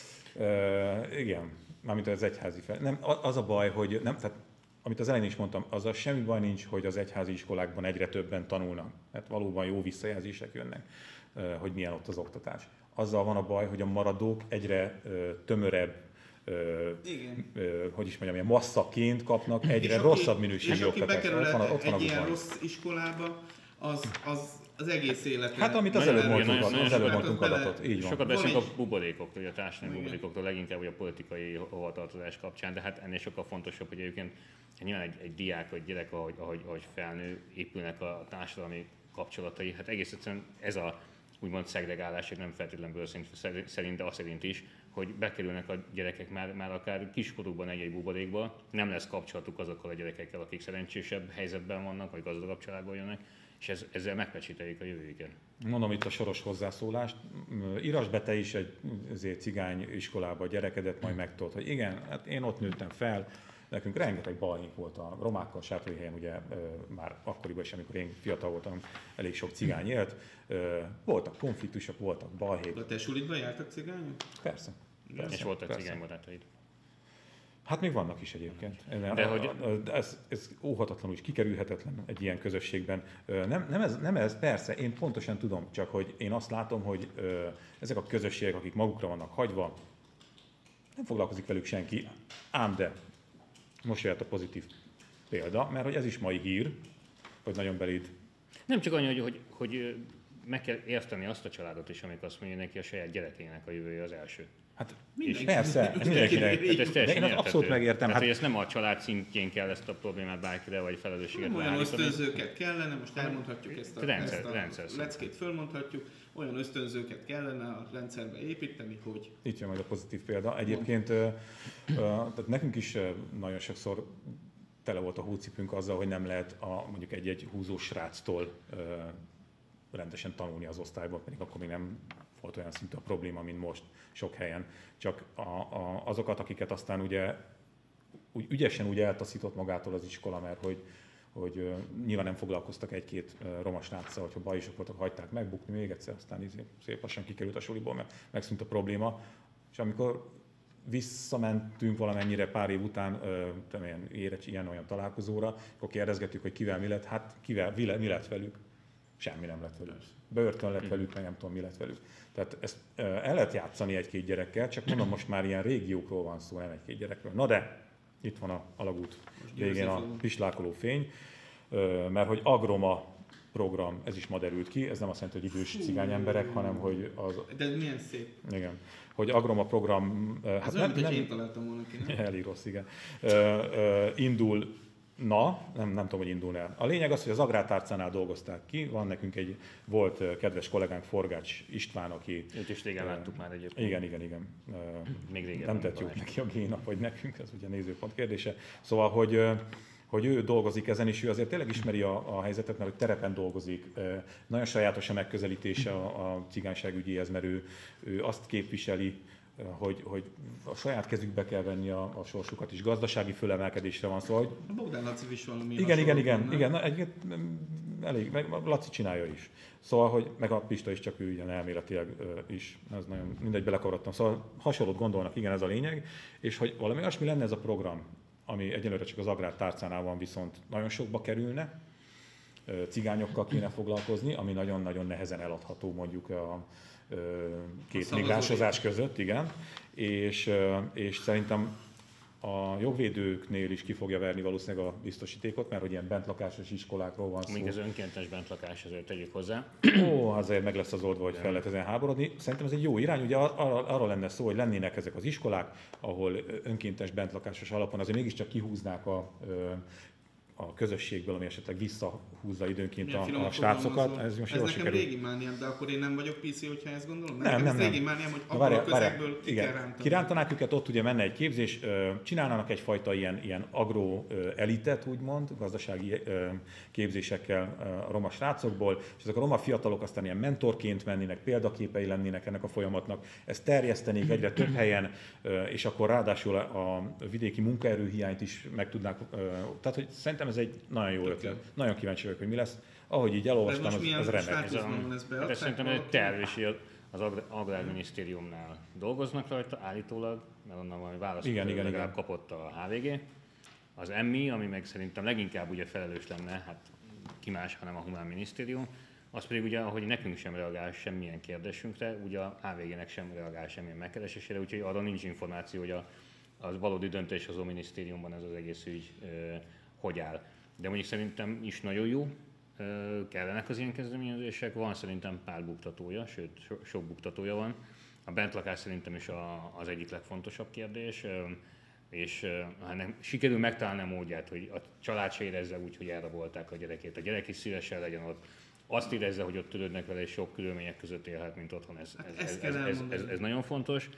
Speaker 1: Uh, igen. Mármint az egyházi fel. Nem, az a baj, hogy nem, tehát, amit az elején is mondtam, azzal semmi baj nincs, hogy az egyházi iskolákban egyre többen tanulnak. Hát valóban jó visszajelzések jönnek, hogy milyen ott az oktatás. Azzal van a baj, hogy a maradók egyre tömörebb,
Speaker 2: Igen.
Speaker 1: hogy is mondjam, ilyen masszaként kapnak egyre aki, rosszabb minőségű oktatást.
Speaker 2: És aki bekerül ott van egy ilyen rossz iskolába, az, az az egész életet.
Speaker 1: Hát amit az előbb mondtunk, az, az előbb mondtunk adatot, így van.
Speaker 3: Sokat beszélünk a buborékoktól, a társadalmi buborékoktól, leginkább vagy a politikai hovatartozás kapcsán, de hát ennél sokkal fontosabb, hogy egyébként nyilván egy, egy diák vagy gyerek, ahogy, ahogy, ahogy felnő, épülnek a társadalmi kapcsolatai. Hát egész egyszerűen ez a úgymond szegregálás, nem feltétlenül bőrszint szerint, de azt szerint is, hogy bekerülnek a gyerekek már, már akár kiskorukban egy-egy buborékba, nem lesz kapcsolatuk azokkal a gyerekekkel, akik szerencsésebb helyzetben vannak, vagy gazdagabb családból jönnek, és ez, ezzel megpecsételjük a jövőjüket.
Speaker 1: Mondom itt a soros hozzászólást. Írasd be te is egy azért cigány iskolába a gyerekedet, majd megtudod, hogy igen, hát én ott nőttem fel, nekünk rengeteg balhénk volt a romákkal, Sátorhelyen ugye már akkoriban is, amikor én fiatal voltam, elég sok cigány élt. Voltak konfliktusok, voltak balhék.
Speaker 2: De te sulitban jártak cigányok?
Speaker 1: Persze. persze
Speaker 3: és voltak cigánybarátaid.
Speaker 1: Hát még vannak is egyébként. De
Speaker 3: a, hogy...
Speaker 1: a, ez, ez óhatatlanul is kikerülhetetlen egy ilyen közösségben. Nem, nem, ez, nem ez, persze, én pontosan tudom, csak hogy én azt látom, hogy ezek a közösségek, akik magukra vannak hagyva, nem foglalkozik velük senki, ám de most jöhet a pozitív példa, mert hogy ez is mai hír, hogy nagyon beléd.
Speaker 3: Nem csak annyi, hogy, hogy, hogy meg kell érteni azt a családot is, amikor azt mondja neki a saját gyerekének a jövője az első.
Speaker 1: Hát
Speaker 2: Mindenki.
Speaker 1: persze, ez mindenkinek.
Speaker 3: Tehát ez teljesen
Speaker 1: én azt abszolút
Speaker 3: érthető.
Speaker 1: megértem.
Speaker 3: Tehát,
Speaker 1: Hát,
Speaker 3: hogy ezt nem a család szintjén kell ezt a problémát bárkire, vagy felelősséget
Speaker 2: Nem olyan
Speaker 3: ráállítani.
Speaker 2: ösztönzőket kellene, most elmondhatjuk ezt a,
Speaker 3: Rendszer-
Speaker 2: ezt a
Speaker 3: rendszer
Speaker 2: leckét, fölmondhatjuk, olyan ösztönzőket kellene a rendszerbe építeni, hogy...
Speaker 1: itt jön majd a pozitív példa. Egyébként ö, ö, tehát nekünk is ö, nagyon sokszor tele volt a hócipünk azzal, hogy nem lehet a, mondjuk egy-egy húzós sráctól ö, rendesen tanulni az osztályban, pedig akkor még nem volt olyan szintű a probléma, mint most sok helyen. Csak a, a, azokat, akiket aztán ugye úgy ügyesen úgy eltaszított magától az iskola, mert hogy, hogy uh, nyilván nem foglalkoztak egy-két uh, roma sráccal, hogyha bajisok voltak, hagyták megbukni még egyszer, aztán izé, szép lassan kikerült a soliból, mert megszűnt a probléma. És amikor visszamentünk valamennyire pár év után uh, ilyen, ilyen-olyan találkozóra, akkor kérdezgettük, hogy kivel mi lett, hát kivel, mi lett velük. Semmi nem lett velük. Börtön lett velük, meg nem tudom mi lett velük. Tehát ezt el lehet játszani egy-két gyerekkel, csak mondom, most már ilyen régiókról van szó, nem egy-két gyerekről. Na de, itt van a alagút végén a pislákoló fény, mert hogy Agroma program, ez is ma derült ki, ez nem azt jelenti, hogy idős cigány emberek, hanem hogy az...
Speaker 2: De ez milyen szép.
Speaker 1: Igen. Hogy Agroma program...
Speaker 2: Ez hát olyan, nem, nem, én találtam volna ki, nem?
Speaker 1: Elég rossz, igen. Indul Na, nem, nem tudom, hogy indul el. A lényeg az, hogy az Agrártárcánál dolgozták ki. Van nekünk egy volt kedves kollégánk, Forgács István, aki...
Speaker 3: Őt is régen láttuk már egyébként.
Speaker 1: Igen, igen, igen.
Speaker 3: Még régen.
Speaker 1: Nem tett jót neki a génap, vagy nekünk, ez ugye nézőpont kérdése. Szóval, hogy, hogy ő dolgozik ezen, és ő azért tényleg ismeri a, a helyzetet, mert hogy terepen dolgozik. Nagyon sajátos a megközelítése a, a cigányságügyéhez, mert ő, ő azt képviseli, Hogy, hogy a saját kezükbe kell venni a, a sorsukat is, gazdasági fölemelkedésre van szó. Hogy...
Speaker 2: A Bogdán Laci is valami
Speaker 1: Igen, igen, igen, igen, na, egy, elég, meg Laci csinálja is. Szóval, hogy meg a Pista is, csak ő ilyen elméletileg is, ez nagyon, mindegy, belekavarodtam. Szóval hasonlót gondolnak, igen, ez a lényeg, és hogy valami olyasmi lenne ez a program, ami egyelőre csak az Agrártárcánál van, viszont nagyon sokba kerülne, cigányokkal kéne foglalkozni, ami nagyon-nagyon nehezen eladható mondjuk a két migránsozás között, igen, és, és szerintem a jogvédőknél is ki fogja verni valószínűleg a biztosítékot, mert hogy ilyen bentlakásos iskolákról van szó.
Speaker 3: Még az önkéntes bentlakás, azért tegyük hozzá.
Speaker 1: Ó, azért meg lesz az oldva, hogy fel lehet ezen háborodni. Szerintem ez egy jó irány, ugye arra, arra lenne szó, hogy lennének ezek az iskolák, ahol önkéntes bentlakásos alapon azért mégiscsak kihúznák a a közösségből, ami esetleg visszahúzza időnként a, a srácokat.
Speaker 2: Ez,
Speaker 1: most
Speaker 2: ez
Speaker 1: jól
Speaker 2: nekem
Speaker 1: sikerül.
Speaker 2: régi mániám, de akkor én nem vagyok pé cé, hogyha ezt gondolom?
Speaker 1: Nem, nem,
Speaker 2: nem.
Speaker 1: nem.
Speaker 2: régi mániám, hogy abból
Speaker 1: várjál,
Speaker 2: a közegből ki kell rántani.
Speaker 1: Kirántanák őket, ott ugye menne egy képzés, csinálnának egyfajta ilyen, ilyen agro elitet, úgymond, gazdasági képzésekkel a roma srácokból, és ezek a roma fiatalok aztán ilyen mentorként mennének, példaképei lennének ennek a folyamatnak, ezt terjesztenék egyre több helyen, és akkor ráadásul a vidéki munkaerőhiányt is meg tudnák, tehát hogy szerintem ez egy nagyon jó ötlet. Nagyon kíváncsi vagyok, hogy mi lesz. Ahogy így elolvastam, ez, ez remek.
Speaker 3: Ez a, de szerintem egy terv, és az Agrárminisztériumnál dolgoznak rajta állítólag, mert onnan valami választ
Speaker 1: igen, igen,
Speaker 3: legalább
Speaker 1: igen.
Speaker 3: kapott a há vé gé. Az em i, ami meg szerintem leginkább ugye felelős lenne, hát ki más, hanem a Humán Minisztérium, az pedig ugye, ahogy nekünk sem reagál semmilyen kérdésünkre, ugye a há vé gének sem reagál semmilyen megkeresésére, úgyhogy arról nincs információ, hogy a, az valódi döntéshozó minisztériumban ez az egész ügy ö, hogy áll. De mondjuk szerintem is nagyon jó, ö, kellenek az ilyen kezdeményezések, van szerintem pár buktatója, sőt so, sok buktatója van. A bentlakás szerintem is a, az egyik legfontosabb kérdés, ö, és ha nem, sikerül megtalálni a módját, hogy a család se érezze úgy, hogy elrabolták a gyerekét, a gyerek is szívesen legyen ott, azt érezze, hogy ott törődnek vele, és sok körülmények között élhet, mint otthon, ez, ez, ez, ez, ez, ez, ez nagyon fontos.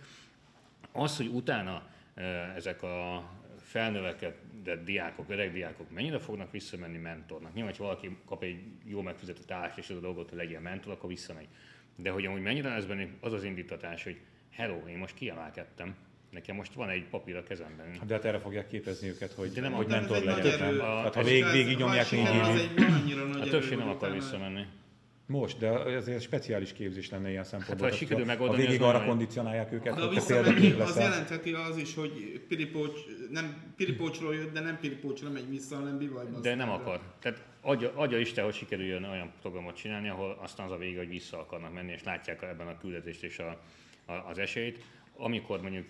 Speaker 3: Az, hogy utána ezek a felnövekedett diákok, öreg diákok mennyire fognak visszamenni mentornak. Nyilván, ha valaki kap egy jó megfizetett állást és az a dolgot, hogy legyen mentor, akkor visszamegy. De hogy amúgy mennyire lesz benne az az indítatás, hogy hello, én most kiemelkedtem, nekem most van egy papír a kezemben.
Speaker 1: De hát erre fogják képezni őket, hogy,
Speaker 3: de nem
Speaker 1: hogy
Speaker 3: de
Speaker 1: mentor legyen. Tehát ha végig, végig nyomják négy évig.
Speaker 3: A többség nem akar visszamenni.
Speaker 1: Most, de ezért speciális képzés lenne ilyen szempontból.
Speaker 3: Hát, ha sikerül megoldani,
Speaker 1: ha végig arra kondicionálják őket,
Speaker 2: hogy te példakép leszel. Az jelentheti az is, hogy piripócs, nem piripócsról jött, de nem piripócsra megy vissza, hanem bivajba.
Speaker 3: De nem akar. Tehát adja, adja Isten, hogy sikerüljön olyan programot csinálni, ahol aztán az a vége, hogy vissza akarnak menni, és látják ebben a küldetést és a, a, az esélyt. Amikor mondjuk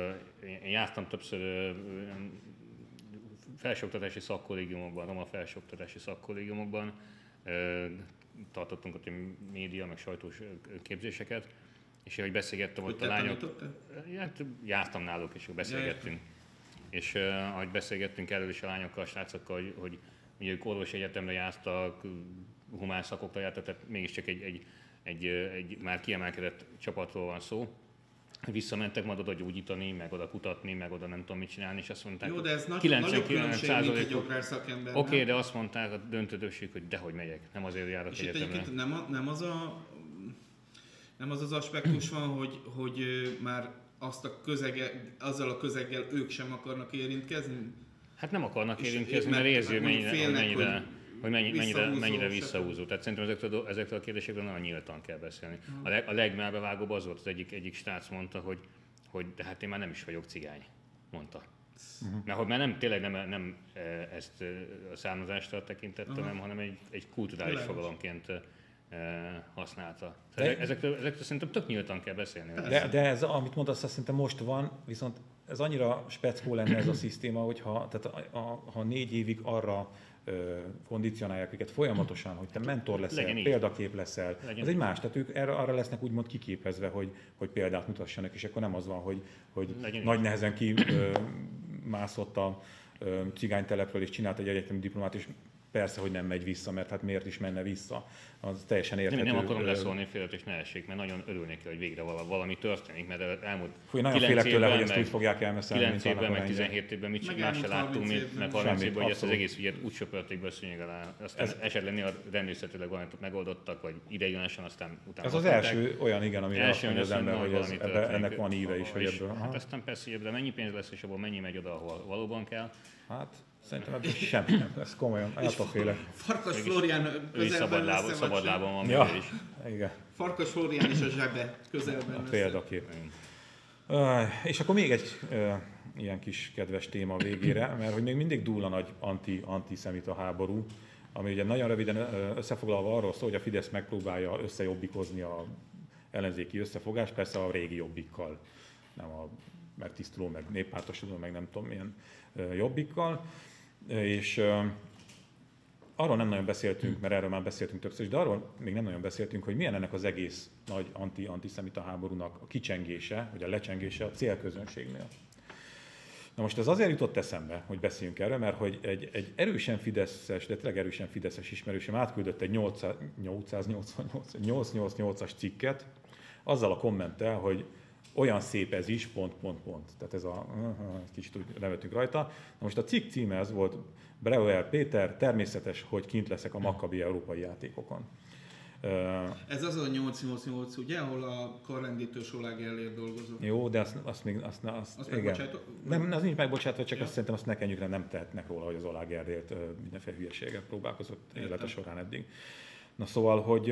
Speaker 3: én jártam többször felsőoktatási szakkollégiumokban, roma felsőoktatási szakkollégiumokban, tartottunk ott média, meg sajtós képzéseket, és ahogy beszélgettem ott a lányok, hát jártam náluk, és beszélgettünk. És uh, ahogy beszélgettünk erről is a lányokkal, a srácokkal, hogy, hogy ugye ők orvosi egyetemre jártak, humán szakokra jártak, tehát mégiscsak egy, egy, egy, egy már kiemelkedett csapatról van szó. Visszamentek majd oda gyógyítani, meg oda kutatni, meg oda nem tudom mit csinálni, és azt mondták,
Speaker 2: jó, de ez nagy, nagyobb különbség, mint egy agrárszakember.
Speaker 3: Oké, okay, de azt mondták a döntődőség, hogy dehogy megyek, nem azért járok
Speaker 2: és
Speaker 3: egyetemre.
Speaker 2: És nem, nem, az a, nem az az aspektus van, hogy, hogy már azt a közege, azzal a közeggel ők sem akarnak érintkezni?
Speaker 3: Hát nem akarnak érintkezni, mert érzi, hogy mennyire, félnek, mennyire, hogy hogy mennyi, mennyire, mennyire visszahúzó. Tehát szerintem ezektől, ezektől a kérdésekről nagyon nyíltan kell beszélni. Uh-huh. A, leg, a legmelbevágóbb az volt, az egyik, egyik srác mondta, hogy, hogy de hát én már nem is vagyok cigány, mondta. Uh-huh. Mert hogy már nem, tényleg nem, nem ezt a származásra tekintettem, uh-huh. nem, hanem egy, egy kulturális Világos. fogalomként használta. De, ezekről, ezekről szerintem tök nyíltan kell beszélni.
Speaker 1: De, de ez, amit mondasz, azt szerintem most van, viszont ez annyira speckó lenne ez a szisztéma, hogyha tehát a, a, ha négy évig arra ö, kondicionálják őket folyamatosan, hogy te mentor leszel, legyen példakép leszel, legyen az egy más. Tehát ők erre, arra lesznek úgymond kiképezve, hogy, hogy példát mutassanak, és akkor nem az van, hogy, hogy nagy nehezen kimászott a ö, cigánytelepről, és csinált egy egyetemi diplomát, és persze, hogy nem megy vissza, mert hát miért is menne vissza, az teljesen érthető.
Speaker 3: Nem, nem akarom leszólni félret, és ne essék, mert nagyon örülnék, hogy végre valami történik, mert elmúlt
Speaker 1: Fúj, nagyon félek tőle, hogy ezt úgy fogják elmeszelni,
Speaker 3: kilenc évben, meg tizenhét évben mit más se láttunk, mint meg harminc évben, hogy ezt az egész ügyet úgy söpörték be a szőnyeg alá. Aztán ez, esetleg néha rendészetileg valamit megoldottak, vagy ideiglenesen, aztán utána.
Speaker 1: Ez az első olyan, igen, amire azt mondja az ember, hogy ez, ebbe, ennek van íve is, hogy ebből.
Speaker 3: Hát aztán persze, de mennyi pénz lesz, és abból mennyi megy oda, ahol valóban kell.
Speaker 1: Hát szerintem ebből semmi nem lesz, komolyan, attól félek.
Speaker 2: Farkas Flórián közelben lesz.
Speaker 3: Szabadlábon van
Speaker 1: ja,
Speaker 3: is.
Speaker 1: Igen.
Speaker 2: Farkas Flórián is a zsebe közelben
Speaker 1: a
Speaker 2: lesz.
Speaker 1: Példakép. Uh, és akkor még egy uh, ilyen kis kedves téma végére, mert hogy még mindig dúl a nagy anti, antiszemita háború, ami ugye nagyon röviden összefoglalva arról szól, hogy a Fidesz megpróbálja összejobbikozni a ellenzéki összefogást, persze a régi jobbikkal, nem a megtisztuló, meg néppártosodó, meg nem tudom milyen uh, jobbikkal. És uh, arról nem nagyon beszéltünk, mert erről már beszéltünk többször is, de arról még nem nagyon beszéltünk, hogy milyen ennek az egész nagy anti-antiszemita háborúnak a kicsengése, vagy a lecsengése a célközönségnél. Na most ez azért jutott eszembe, hogy beszéljünk erről, mert hogy egy, egy erősen fideszes, de tényleg erősen fideszes ismerősöm átküldött egy nyolcszáznyolcvannyolcas cikket, azzal a kommenttel, hogy olyan szép ez is, pont, pont, pont. Tehát ez a, kicsit úgy nevetünk rajta. Na most a cikk címe ez volt, Breuer Péter, természetes, hogy kint leszek a Maccabi európai játékokon.
Speaker 2: Ez az a nyolc nyolc nyolc, ugye, ahol a karrendítő Solág Ellér dolgozott.
Speaker 1: Jó, de azt, azt még... Azt, azt,
Speaker 2: azt
Speaker 1: igen. Nem, az nincs megbocsátva, csak ja. Azt szerintem azt ne kenjük, nem tehetnek róla, hogy az Olág Erdélyt mindenféle hülyeséget próbálkozott élete során eddig. Na szóval, hogy...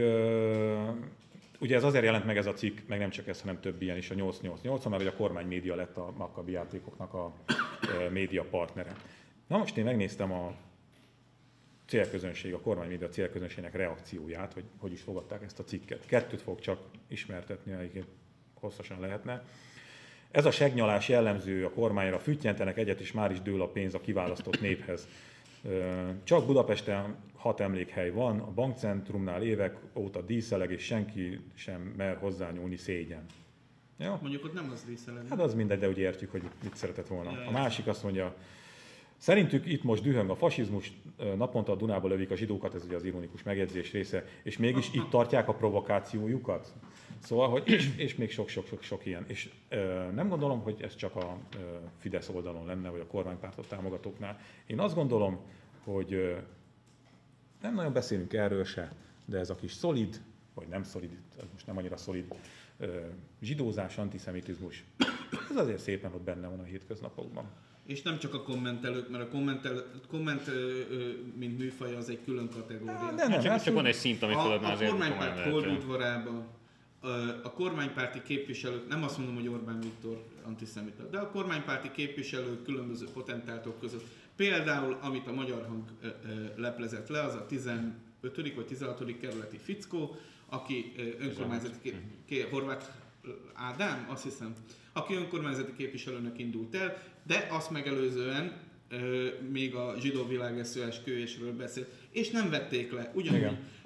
Speaker 1: Ugye ez azért jelent meg ez a cikk, meg nem csak ez, hanem több ilyen is a nyolc nyolc nyolc, mert hogy a kormány média lett a Maccabi játékoknak a média partnere. Na most én megnéztem a célközönség, a kormány média célközönségnek reakcióját, hogy hogy is fogadták ezt a cikket. Kettőt fog csak ismertetni, egyébként hosszasan lehetne. Ez a segnyalás jellemző a kormányra, füttyentenek egyet, és már is dől a pénz a kiválasztott néphez. Csak Budapesten hat emlékhely van, a bankcentrumnál évek óta díszeleg, és senki sem mer hozzányúlni, szégyen. Ja?
Speaker 2: Mondjuk ott nem az díszeleg.
Speaker 1: Hát az mindegy, de úgy értjük, hogy mit szeretett volna. A másik azt mondja, szerintük itt most dühöng a fasizmus, naponta a Dunába lövik a zsidókat, ez ugye az ironikus megjegyzés része, és mégis itt tartják a provokációjukat. Szóval, hogy és, és még sok-sok-sok ilyen. És ö, nem gondolom, hogy ez csak a ö, Fidesz oldalon lenne, vagy a kormánypártot támogatóknál. Én azt gondolom, hogy ö, nem nagyon beszélünk erről se, de ez a kis szolid, vagy nem szolid, most nem annyira szolid ö, zsidózás, antiszemitizmus, ez azért szépen ott benne van a hétköznapokban.
Speaker 2: És nem csak a kommentelők, mert a kommentel, komment, mint műfaj, az egy külön kategória.
Speaker 3: De nem, csak, csak van egy szint, ami fölött már azért
Speaker 2: a kormánypárt holdudvarában a kormánymárti képviselők, nem azt mondom, hogy Orbán Viktor antiszemita, de a kormánypárti képviselők különböző potentátok között, például amit a Magyar Hang leplezett le, az a tizenötödik vagy tizenhatodik kerületi fickó, aki önkormányzati kép, kép, Horváth Ádám, azt hiszem, aki önkormányzati képviselőnek indult el, de azt megelőzően euh, még a zsidó világ eszőesküvésről beszélt, és nem vették le. Ugyanúgy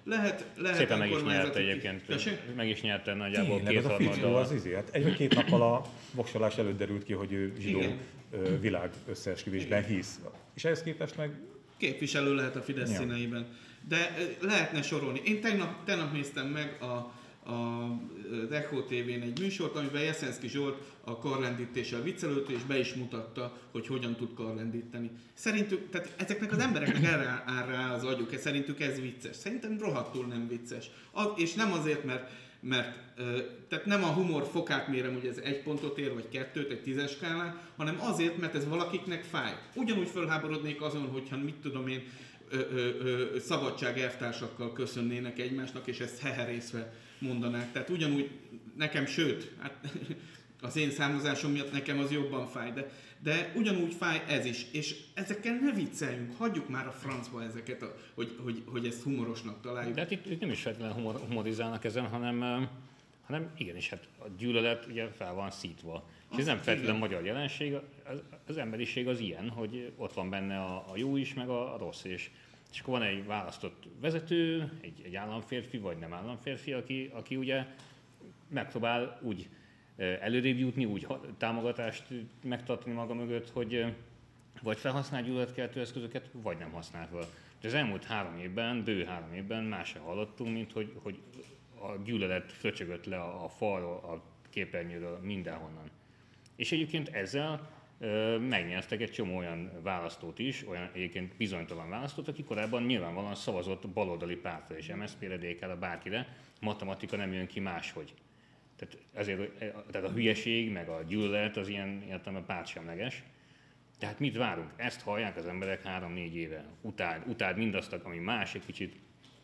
Speaker 2: Lehet, lehet
Speaker 3: Szépen meg is nyerte egyébként,
Speaker 2: Tessék?
Speaker 3: meg is nyerte nagyjából
Speaker 1: Tényleg, ez a fickó
Speaker 3: kétharmaddal.
Speaker 1: az izé, hát egy-két nappal a voksolás előtt derült ki, hogy ő zsidó
Speaker 2: Igen.
Speaker 1: ö, világ összeesküvésben hisz. És ehhez képest meg
Speaker 2: Képviselő lehet a Fidesz
Speaker 1: Ja.
Speaker 2: színeiben. De ö, lehetne sorolni. Én tegnap, tegnap néztem meg a, a az Echo té vén egy műsort, amiben Jeszenszky Zsolt a karlendítéssel viccelődött, és be is mutatta, hogy hogyan tud karlendíteni. Szerintük, tehát ezeknek az embereknek erre áll rá az agyuk, szerintük ez vicces. Szerintem rohadtul nem vicces. A, és nem azért, mert, mert ö, tehát nem a humor fokát mérem, hogy ez egy pontot ér, vagy kettőt, egy tízes skálán, hanem azért, mert ez valakiknek fáj. Ugyanúgy fölháborodnék azon, hogyha mit tudom én, ö, ö, ö, szabadság elvtársakkal köszönnének egymásnak, és ezt heherészve mondanák. Tehát ugyanúgy nekem, sőt, hát az én származásom miatt nekem az jobban fáj, de, de ugyanúgy fáj ez is. És ezekkel ne vicceljünk, hagyjuk már a francba ezeket, a, hogy, hogy, hogy ezt humorosnak találjuk.
Speaker 3: De hát itt, itt nem is feltétlenül humor, humorizálnak ezen, hanem, eh, hanem igenis, hát a gyűlölet ugye fel van szítva. És ez nem feltétlenül magyar jelenség, az, az emberiség az ilyen, hogy ott van benne a, a jó is, meg a, a rossz is. És akkor van egy választott vezető, egy, egy államférfi, vagy nem államférfi, aki, aki ugye megpróbál úgy előrébb jutni, úgy támogatást megtartani maga mögött, hogy vagy felhasznál gyűlöletkeltő eszközöket, vagy nem használ fel. De az elmúlt három évben, bő három évben más se hallottunk, mint hogy, hogy a gyűlölet fröcsögött le a, a falról, a képernyőről, mindenhonnan. És egyébként ezzel ö, megnyertek egy csomó olyan választót is, olyan egyébként bizonytalan választót, aki korábban nyilvánvalóan szavazott baloldali pártra és em es zé pére, dé ká-re, bárkire, matematika nem jön ki máshogy. Tehát, ezért, tehát a hülyeség, meg a gyűlölet az ilyen értelemben pártsemleges. Tehát mit várunk? Ezt hallják az emberek három-négy éve. Utáld, utáld mindazt, ami más egy kicsit.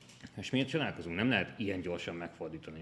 Speaker 3: És miért csinálkozunk? Nem lehet ilyen gyorsan megfordítani.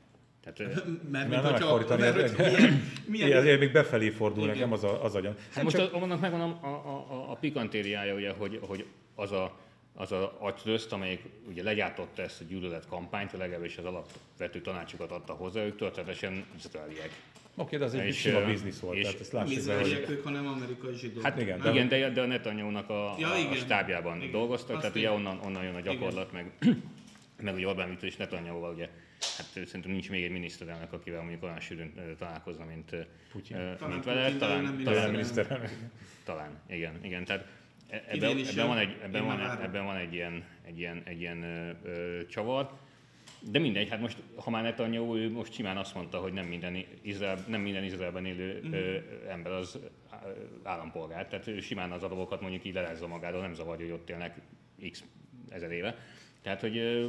Speaker 3: Tehát,
Speaker 2: mert
Speaker 1: nem
Speaker 2: hogyha,
Speaker 1: megfordítani,
Speaker 2: mert,
Speaker 1: ez-
Speaker 2: hogy milyen, milyen,
Speaker 1: Igen, azért még befelé fordul
Speaker 2: Igen.
Speaker 1: nekem az, a, az agyam.
Speaker 3: hát most csak... annak megvan a, a, a, a pikantériája, ugye, hogy, hogy az a az a agytröszt, amelyik ugye legyártotta ezt a gyűlölet kampányt, legalábbis az alapvető tanácsokat adta hozzá, ők történetesen izraeliek.
Speaker 1: Oké, de az egy
Speaker 3: És,
Speaker 1: sima
Speaker 3: ö,
Speaker 1: biznisz volt,
Speaker 3: és
Speaker 1: tehát ezt
Speaker 2: nem
Speaker 1: lássuk be,
Speaker 2: izraeliek
Speaker 1: hogy...
Speaker 2: ők, hanem amerikai zsidók.
Speaker 3: Hát
Speaker 1: igen,
Speaker 3: igen, igen de, de a Netanyahu-nak a,
Speaker 2: Ja,
Speaker 3: a,
Speaker 2: igen.
Speaker 3: a stábjában
Speaker 2: Igen.
Speaker 3: dolgoztak,
Speaker 2: Azt
Speaker 3: tehát
Speaker 2: igen.
Speaker 3: ugye onnan, onnan jön a gyakorlat, meg, meg ugye Orbán Viktor és Netanyahu-val ugye, hát szerintem nincs még egy miniszterelnök, akivel mondjuk olyan sűrűn ö, találkozna, mint,
Speaker 1: Putyin.
Speaker 3: ö,
Speaker 2: Talán
Speaker 3: mint vele,
Speaker 2: Putyin, de ő
Speaker 3: talán,
Speaker 2: nem
Speaker 3: talán,
Speaker 1: miniszterelnök.
Speaker 3: talán, igen, igen, tehát e-
Speaker 2: Idén
Speaker 3: ebben,
Speaker 2: is
Speaker 3: ebben,
Speaker 2: jön.
Speaker 3: van egy, ebben,
Speaker 2: Én
Speaker 3: van,
Speaker 2: már várom.
Speaker 3: ebben van egy ilyen, egy ilyen, egy ilyen ö, ö, csavar. De mindegy, hát most, ha már Netanyahu, ő most simán azt mondta, hogy nem minden, Izrael, nem minden Izraelben élő mm. ö, ember az állampolgár, tehát ő simán az adagokat mondjuk így lelezza magáról, nem zavarja, hogy ott élnek x ezer éve. Tehát, hogy ö,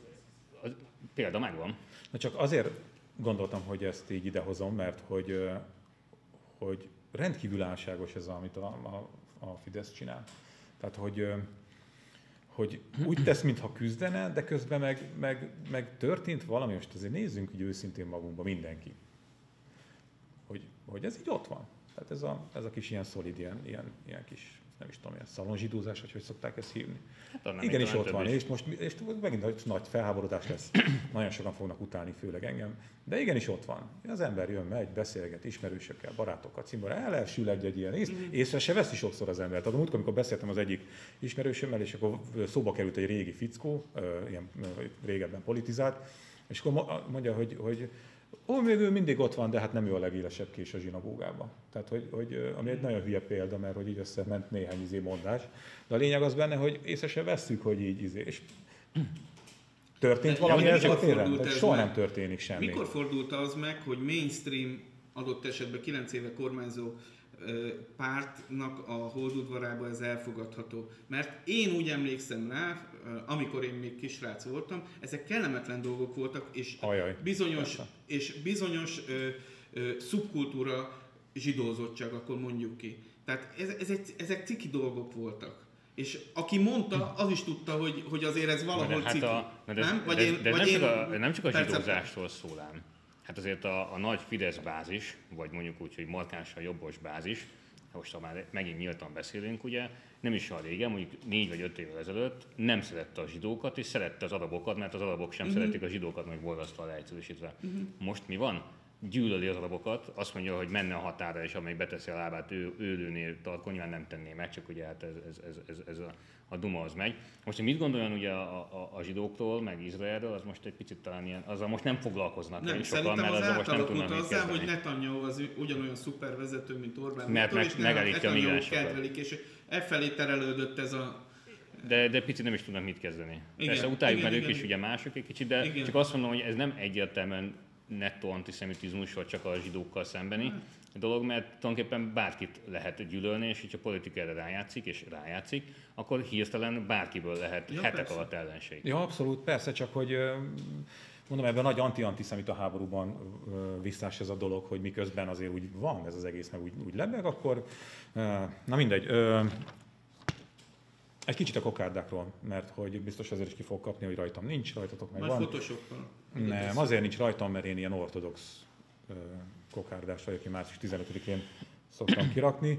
Speaker 3: a példa megvan.
Speaker 1: Na csak azért gondoltam, hogy ezt így idehozom, mert hogy, ö, hogy rendkívül álságos ez, amit a, a, a Fidesz csinál. Tehát, hogy ö, hogy úgy tesz, mintha küzdene, de közben meg, meg, meg történt valami, most azért nézzünk így őszintén magunkba mindenki, hogy, hogy ez így ott van. Tehát ez a, ez a kis ilyen szolid, ilyen, ilyen, ilyen kis, nem is tudom, ilyen szalonzsidózás, vagy hogy szokták ezt hívni.
Speaker 3: Hát,
Speaker 1: Igenis ott van, és most és megint nagy felháborodás lesz. Nagyon sokan fognak utálni, főleg engem. De igenis ott van. Az ember jön, megy, beszélget ismerősökkel, barátokkal, címbarra, elsül egy-egy ilyen ész, észre se veszi sokszor az ember. Tehát múltkor, amikor beszéltem az egyik ismerősömmel, és akkor szóba került egy régi fickó, ilyen régebben politizált, és akkor mondja, hogy, hogy ó, még ő mindig ott van, de hát nem ő a legélesebb kés a zsinagógában. Tehát, hogy, hogy, ami egy nagyon hülye példa, mert hogy így összement néhány izé mondás. De a lényeg az benne, hogy észre se vesszük, hogy így izé. És történt
Speaker 2: De
Speaker 1: valami
Speaker 2: mikor
Speaker 1: ezen a téren?
Speaker 2: fordult
Speaker 1: Tehát
Speaker 2: ez
Speaker 1: soha
Speaker 2: meg?
Speaker 1: nem történik semmi.
Speaker 2: Mikor fordult az meg, hogy mainstream adott esetben kilenc éve kormányzó ö, pártnak a holdudvarában ez elfogadható? Mert én úgy emlékszem rá, amikor én még kisrác voltam, ezek kellemetlen dolgok voltak, és
Speaker 1: Ajaj.
Speaker 2: bizonyos, és bizonyos ö, ö, szubkultúra zsidózottság, akkor mondjuk ki. Tehát ez, ez egy, ezek ciki dolgok voltak. És aki mondta, az is tudta, hogy, hogy azért ez valahol
Speaker 3: de,
Speaker 2: ciki.
Speaker 3: hát a, de,
Speaker 2: nem?
Speaker 3: Vagy de,
Speaker 2: én,
Speaker 3: de
Speaker 2: vagy
Speaker 3: nem,
Speaker 2: én
Speaker 3: csak a, nem csak a
Speaker 2: percep-
Speaker 3: zsidózásról szól ám. Hát azért a, a nagy Fidesz bázis, vagy mondjuk úgy, hogy markánsan jobbos bázis, most ha már megint nyíltan beszélünk, ugye, nem is olyan régen, mondjuk négy vagy öt évvel ezelőtt nem szerette a zsidókat, és szerette az arabokat, mert az arabok sem uh-huh. szeretik a zsidókat, meg borzasztóan leegyszerűsítve. Uh-huh. Most mi van? gyűlöli az arabokat, azt mondja, hogy menne a határa, és amelyik beteszi a lábát, ő, ő lőné tarkon, nyilván nem tenné meg, csak ugye hát ez, ez, ez, ez, ez a, a duma az megy. Most, hogy mit gondoljon ugye a, a, a zsidókról, meg Izraelről, az most egy picit talán ilyen, azzal most nem foglalkoznak
Speaker 2: nem,
Speaker 3: sokan, mert azzal most nem tudnak mit
Speaker 2: azzal,
Speaker 3: kezdeni.
Speaker 2: hogy Netanyahu az ugyanolyan szupervezető, mint Orbán
Speaker 3: mert
Speaker 2: Viktor,
Speaker 3: meg,
Speaker 2: és
Speaker 3: megállítja a migránsokat.
Speaker 2: kedvelik, és e felé terelődött ez a...
Speaker 3: De, de picit nem is tudnak mit kezdeni.
Speaker 2: Igen,
Speaker 3: Persze utáljuk,
Speaker 2: igen,
Speaker 3: mert
Speaker 2: igen,
Speaker 3: ők is ugye mások egy kicsit, de
Speaker 2: igen.
Speaker 3: csak azt mondom, hogy ez nem egyértelműen nettó antiszemitizmus, vagy csak a zsidókkal szembeni dolog, mert tulajdonképpen bárkit lehet gyűlölni, és hogyha a politika erre rájátszik, és rájátszik, akkor hirtelen bárkiből lehet
Speaker 2: ja,
Speaker 3: hetek
Speaker 2: persze.
Speaker 3: alatt ellenség.
Speaker 1: Ja, abszolút, persze, csak hogy mondom, ebben a nagy anti-antiszemita háborúban visszás ez a dolog, hogy miközben azért úgy van ez az egész, meg úgy, úgy lebeg, akkor na mindegy. Egy kicsit a kokárdákról, mert hogy biztos azért is ki fog kapni, hogy rajtam nincs, rajtatok meg
Speaker 2: Majd
Speaker 1: van.
Speaker 2: photoshoppal.
Speaker 1: Nem, azért nincs rajtam, mert én ilyen ortodox kokárdás vagyok, én március tizenötödikén szoktam kirakni,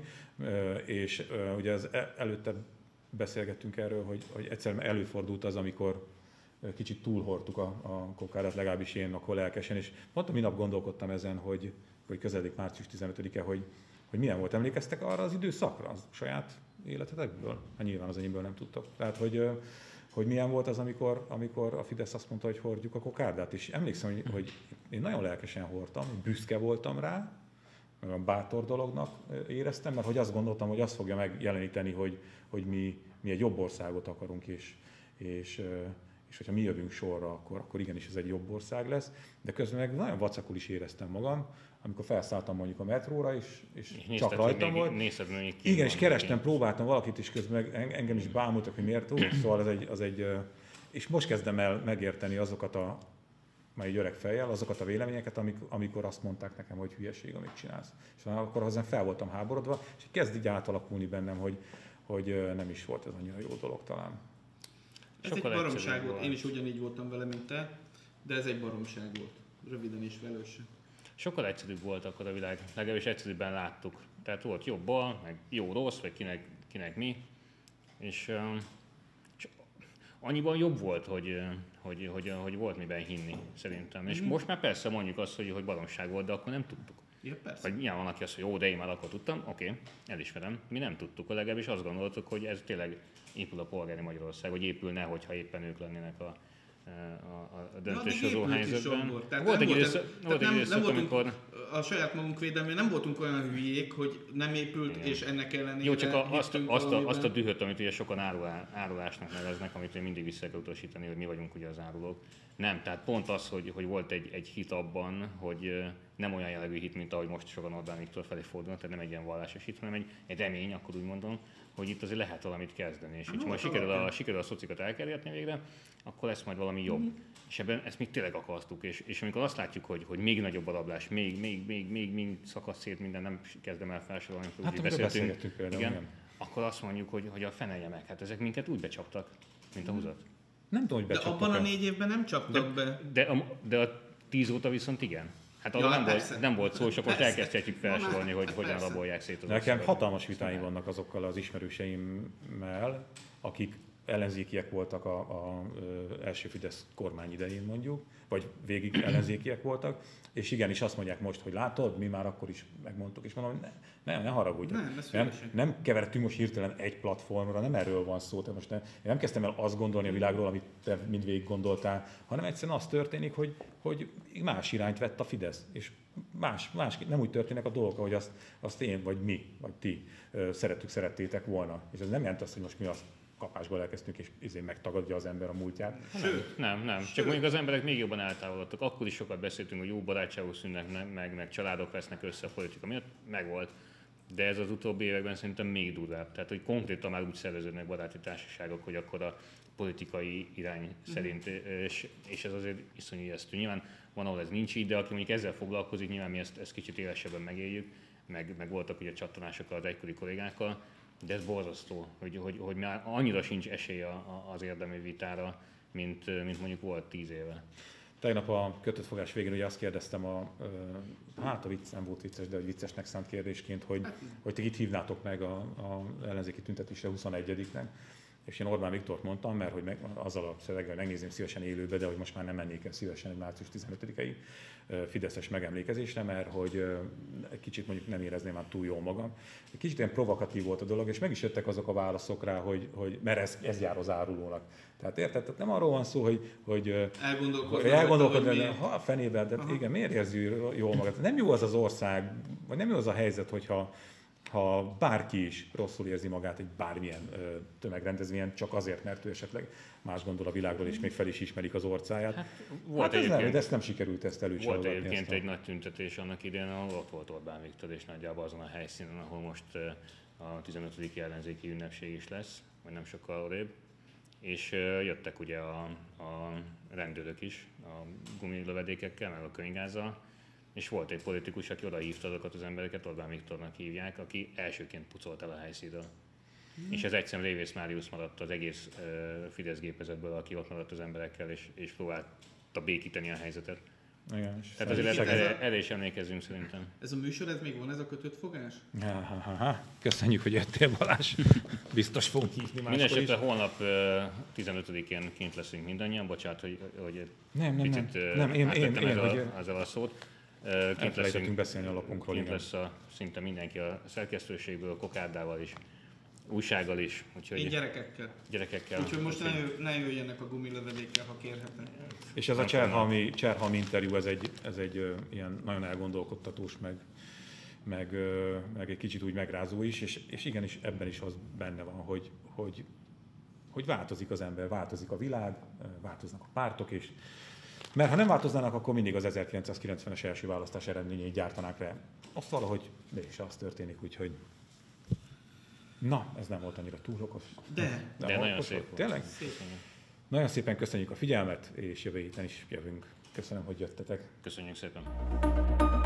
Speaker 1: és ugye az előtte beszélgettünk erről, hogy, hogy egyszer előfordult az, amikor kicsit túlhordtuk a, a kokárdát, legalábbis én akkor lelkesen, és pont a minap gondolkodtam ezen, hogy, hogy közeledik március tizenötödike, hogy, hogy milyen volt. Emlékeztek arra az időszakra, az saját életetekből? Hát nyilván az enyémből nem tudtok. Tehát, hogy, hogy milyen volt az, amikor, amikor a Fidesz azt mondta, hogy hordjuk a kokárdát. És emlékszem, hogy, hogy én nagyon lelkesen hordtam, büszke voltam rá, olyan bátor dolognak éreztem, mert hogy azt gondoltam, hogy azt fogja megjeleníteni, hogy, hogy mi, mi egy jobb országot akarunk, és, és, és hogyha mi jövünk sorra, akkor, akkor igenis ez egy jobb ország lesz. De közben meg nagyon vacakul is éreztem magam, amikor felszálltam mondjuk a metróra, és, és, és csak rajtam
Speaker 3: még,
Speaker 1: volt.
Speaker 3: Nézted, még
Speaker 1: igen, és kerestem, igen. Próbáltam valakit, és közben meg engem is bámultak, hogy miért úgy. Szóval az egy, az egy, és most kezdem el megérteni azokat a, már egy öreg fejjel, azokat a véleményeket, amik, amikor azt mondták nekem, hogy hülyeség, amit csinálsz. És akkor hozzám fel voltam háborodva, és kezd így átalakulni bennem, hogy, hogy nem is volt ez annyira jó dolog talán.
Speaker 2: Ez Sokkal egy baromság volt. Én is ugyanígy voltam vele, mint te, de ez egy baromság volt. Röviden és velősen.
Speaker 3: Sokkal egyszerűbb volt akkor a világ, legalábbis egyszerűbben láttuk. Tehát volt jobb bal, meg jó-rossz, vagy kinek, kinek mi. És, és annyiban jobb volt, hogy, hogy, hogy, hogy volt miben hinni, szerintem. Mm-hmm. És most már persze mondjuk azt, hogy, hogy baromság volt, de akkor nem tudtuk.
Speaker 2: Ja, persze.
Speaker 3: Vagy milyen van, aki azt, hogy jó, de én már akkor tudtam, oké, okay, elismerem. Mi nem tudtuk, legalábbis azt gondoltuk, hogy ez tényleg épül a polgári Magyarország, vagy épülne, hogyha éppen ők lennének a a, a döntéshozó helyzetben.
Speaker 2: Volt, tehát
Speaker 3: volt
Speaker 2: nem
Speaker 3: egy
Speaker 2: időszak,
Speaker 3: volt egy
Speaker 2: nem,
Speaker 3: időszak,
Speaker 2: nem voltunk,
Speaker 3: amikor...
Speaker 2: A saját magunk védelmére nem voltunk olyan hülyék, hogy nem épült, igen. És ennek ellenére...
Speaker 3: Jó, csak a, azt, azt, a, azt a dühöt, amit ugye sokan árulá, árulásnak neveznek, amit én mindig vissza kell utasítani, hogy mi vagyunk ugye az árulók. Nem, tehát pont az, hogy, hogy volt egy, egy hit abban, hogy nem olyan jellegű hit, mint ahogy most sokan Orbán Viktor felé fordulnak, tehát nem egy ilyen vallásos hit, hanem egy, egy remény, akkor úgy mondom, hogy itt azért lehet valamit kezdeni. És ha sikerül a, sikerül a szocikat elkergetni végre, akkor lesz majd valami jobb. Mm. És ebben ezt mi tényleg akartuk. És, és amikor azt látjuk, hogy, hogy még nagyobb a rablás, még, még, még, még, még szakasz szét minden, nem kezdem el felsorolni,
Speaker 1: hát, úgy beszélgetünk például,
Speaker 3: igen, igen. Akkor azt mondjuk, hogy, hogy a fenelje meg. Hát ezek minket úgy becsaptak, mint a húzat.
Speaker 1: Nem tudom, hogy becsaptak.
Speaker 2: De abban a négy évben nem csaptak
Speaker 3: de,
Speaker 2: be.
Speaker 3: De a, de a tíz óta viszont igen. Hát arra ja, nem, volt, nem volt szó, és akkor elkezdhetjük felsorolni, hogy hogyan persze. Rabolják szét az
Speaker 1: Nekem hatalmas vitáim vannak azokkal az ismerőseimmel, akik ellenzékiek voltak a, a, a első Fidesz kormány idején mondjuk, vagy végig ellenzékiek voltak, és igenis azt mondják most, hogy látod, mi már akkor is megmondtuk, és mondom, hogy ne, ne, ne haragudj.
Speaker 2: Nem,
Speaker 1: nem, nem kevertünk most hirtelen egy platformra, nem erről van szó, te most nem, én nem kezdtem el azt gondolni a világról, amit te mindvégig gondoltál, hanem egyszerűen az történik, hogy, hogy más irányt vett a Fidesz, és más, más, nem úgy történnek a dolgok, ahogy azt, azt én, vagy mi, vagy ti szerettük, szerettétek volna. És ez nem jelent azt, hogy most mi azt kapásból elkezdtünk, és izé megtagadja az ember a múltját.
Speaker 3: Sőt, nem, nem. Csak mondjuk az emberek még jobban eltávolodtak. Akkor is sokat beszéltünk, hogy jó barátságok szűnnek meg, meg családok vesznek össze a politika miatt. Megvolt. De ez az utóbbi években szerintem még durvább. Tehát, hogy konkrétan már úgy szerveződnek baráti társaságok, hogy akkor a politikai irány szerint, és, és ez azért iszonyú ijesztő. Nyilván van, ahol ez nincs így, de aki mondjuk ezzel foglalkozik, nyilván mi ezt, ezt kicsit élesebben megéljük, meg, meg voltak ugye csattanásokkal az egykori kollégákkal, de ez borzasztó, hogy, hogy, hogy már annyira sincs esély a, a, az érdemi vitára, mint, mint mondjuk volt tíz éve.
Speaker 1: Tegnap a kötött fogás végén ugye azt kérdeztem, a, hát a vicc nem volt vicces, de egy viccesnek szánt kérdésként, hogy, hogy ti itt hívnátok meg a, a ellenzéki tüntetésre huszonegyediknek. És én Orbán Viktort mondtam, mert hogy meg, azzal a szöveggel megnézném szívesen élőbe, de hogy most már nem mennék el szívesen egy március tizenötödikei fideszes megemlékezésre, mert hogy egy kicsit mondjuk nem érezném már túl jól magam. Egy kicsit ilyen provokatív volt a dolog, és meg is jöttek azok a válaszok rá, hogy, hogy mert ez, ez jár az árulónak. Tehát érted? Tehát nem arról van szó, hogy, hogy
Speaker 2: elgondolkodni,
Speaker 1: elgondolkodni ha a fenében, de igen, miért érzi jól magát? Nem jó az az ország, vagy nem jó az a helyzet, hogyha ha bárki is rosszul érzi magát egy bármilyen ö, tömegrendezvényen, csak azért, mert ő esetleg más gondol a világról, és még fel is ismerik az orcáját. Hát,
Speaker 3: volt
Speaker 1: hát ez nem, de ezt nem sikerült ezt előcsalogatni.
Speaker 3: Volt egyébként egy nagy tüntetés annak idején, ahol ott volt Orbán Viktor, és nagyjából azon a helyszínen, ahol most a tizenötödik ellenzéki ünnepség is lesz, vagy nem sokkal odébb. És jöttek ugye a, a rendőrök is, a gumilövedékekkel, meg a könygázzal, és volt egy politikus, aki odahívta azokat az embereket, Orbán Viktornak hívják, aki elsőként pucolt el a helyszínről. Mm. És ez egyszerűen Révész Máriusz maradt az egész uh, Fidesz gépezetből, aki ott maradt az emberekkel, és, és próbálta békíteni a helyzetet.
Speaker 1: Igen,
Speaker 3: Tehát azért erre, erre is emlékezzünk szerintem.
Speaker 2: Ez a műsor, ez még van, ez a kötött fogás?
Speaker 1: Ha, ha, ha. Köszönjük, hogy jöttél, Balázs. Biztos fogunk hívni máskor is.
Speaker 3: Mindenesetre holnap uh, tizenötödikén kint leszünk mindannyian. Bocsánat, hogy, hogy
Speaker 1: nem, nem,
Speaker 3: picit
Speaker 1: nem. nem, én, én, én,
Speaker 3: ezzel,
Speaker 1: hogy...
Speaker 3: ezzel a szót.
Speaker 1: Kint leszünk beszélni a lapunkról.
Speaker 3: Kint lesz a, szinte mindenki a szerkesztőségből, kokárdával is, újsággal is. Úgyhogy
Speaker 2: én gyerekekkel.
Speaker 3: Gyerekekkel.
Speaker 2: Úgyhogy most ne, jö, ne jöjjenek a gumilövedékkel, ha kérhetem.
Speaker 1: És ez a Cserhalmi, Cserhalmi interjú, ez egy, ez egy uh, ilyen nagyon elgondolkodtatós, meg, meg, uh, meg egy kicsit úgy megrázó is, és, és igenis ebben is az benne van, hogy, hogy, hogy változik az ember, változik a világ, uh, változnak a pártok, és mert ha nem változnának, akkor mindig az ezerkilencszázkilencvenes első választás eredményeit gyártanák le. Azt valahogy mégse az történik, úgyhogy... Na, ez nem volt annyira túl okos.
Speaker 2: De,
Speaker 3: de, de nagyon szép volt.
Speaker 1: Tényleg? Szép. Nagyon szépen köszönjük a figyelmet, és jövő héten is jövünk. Köszönöm, hogy jöttetek.
Speaker 3: Köszönjük szépen.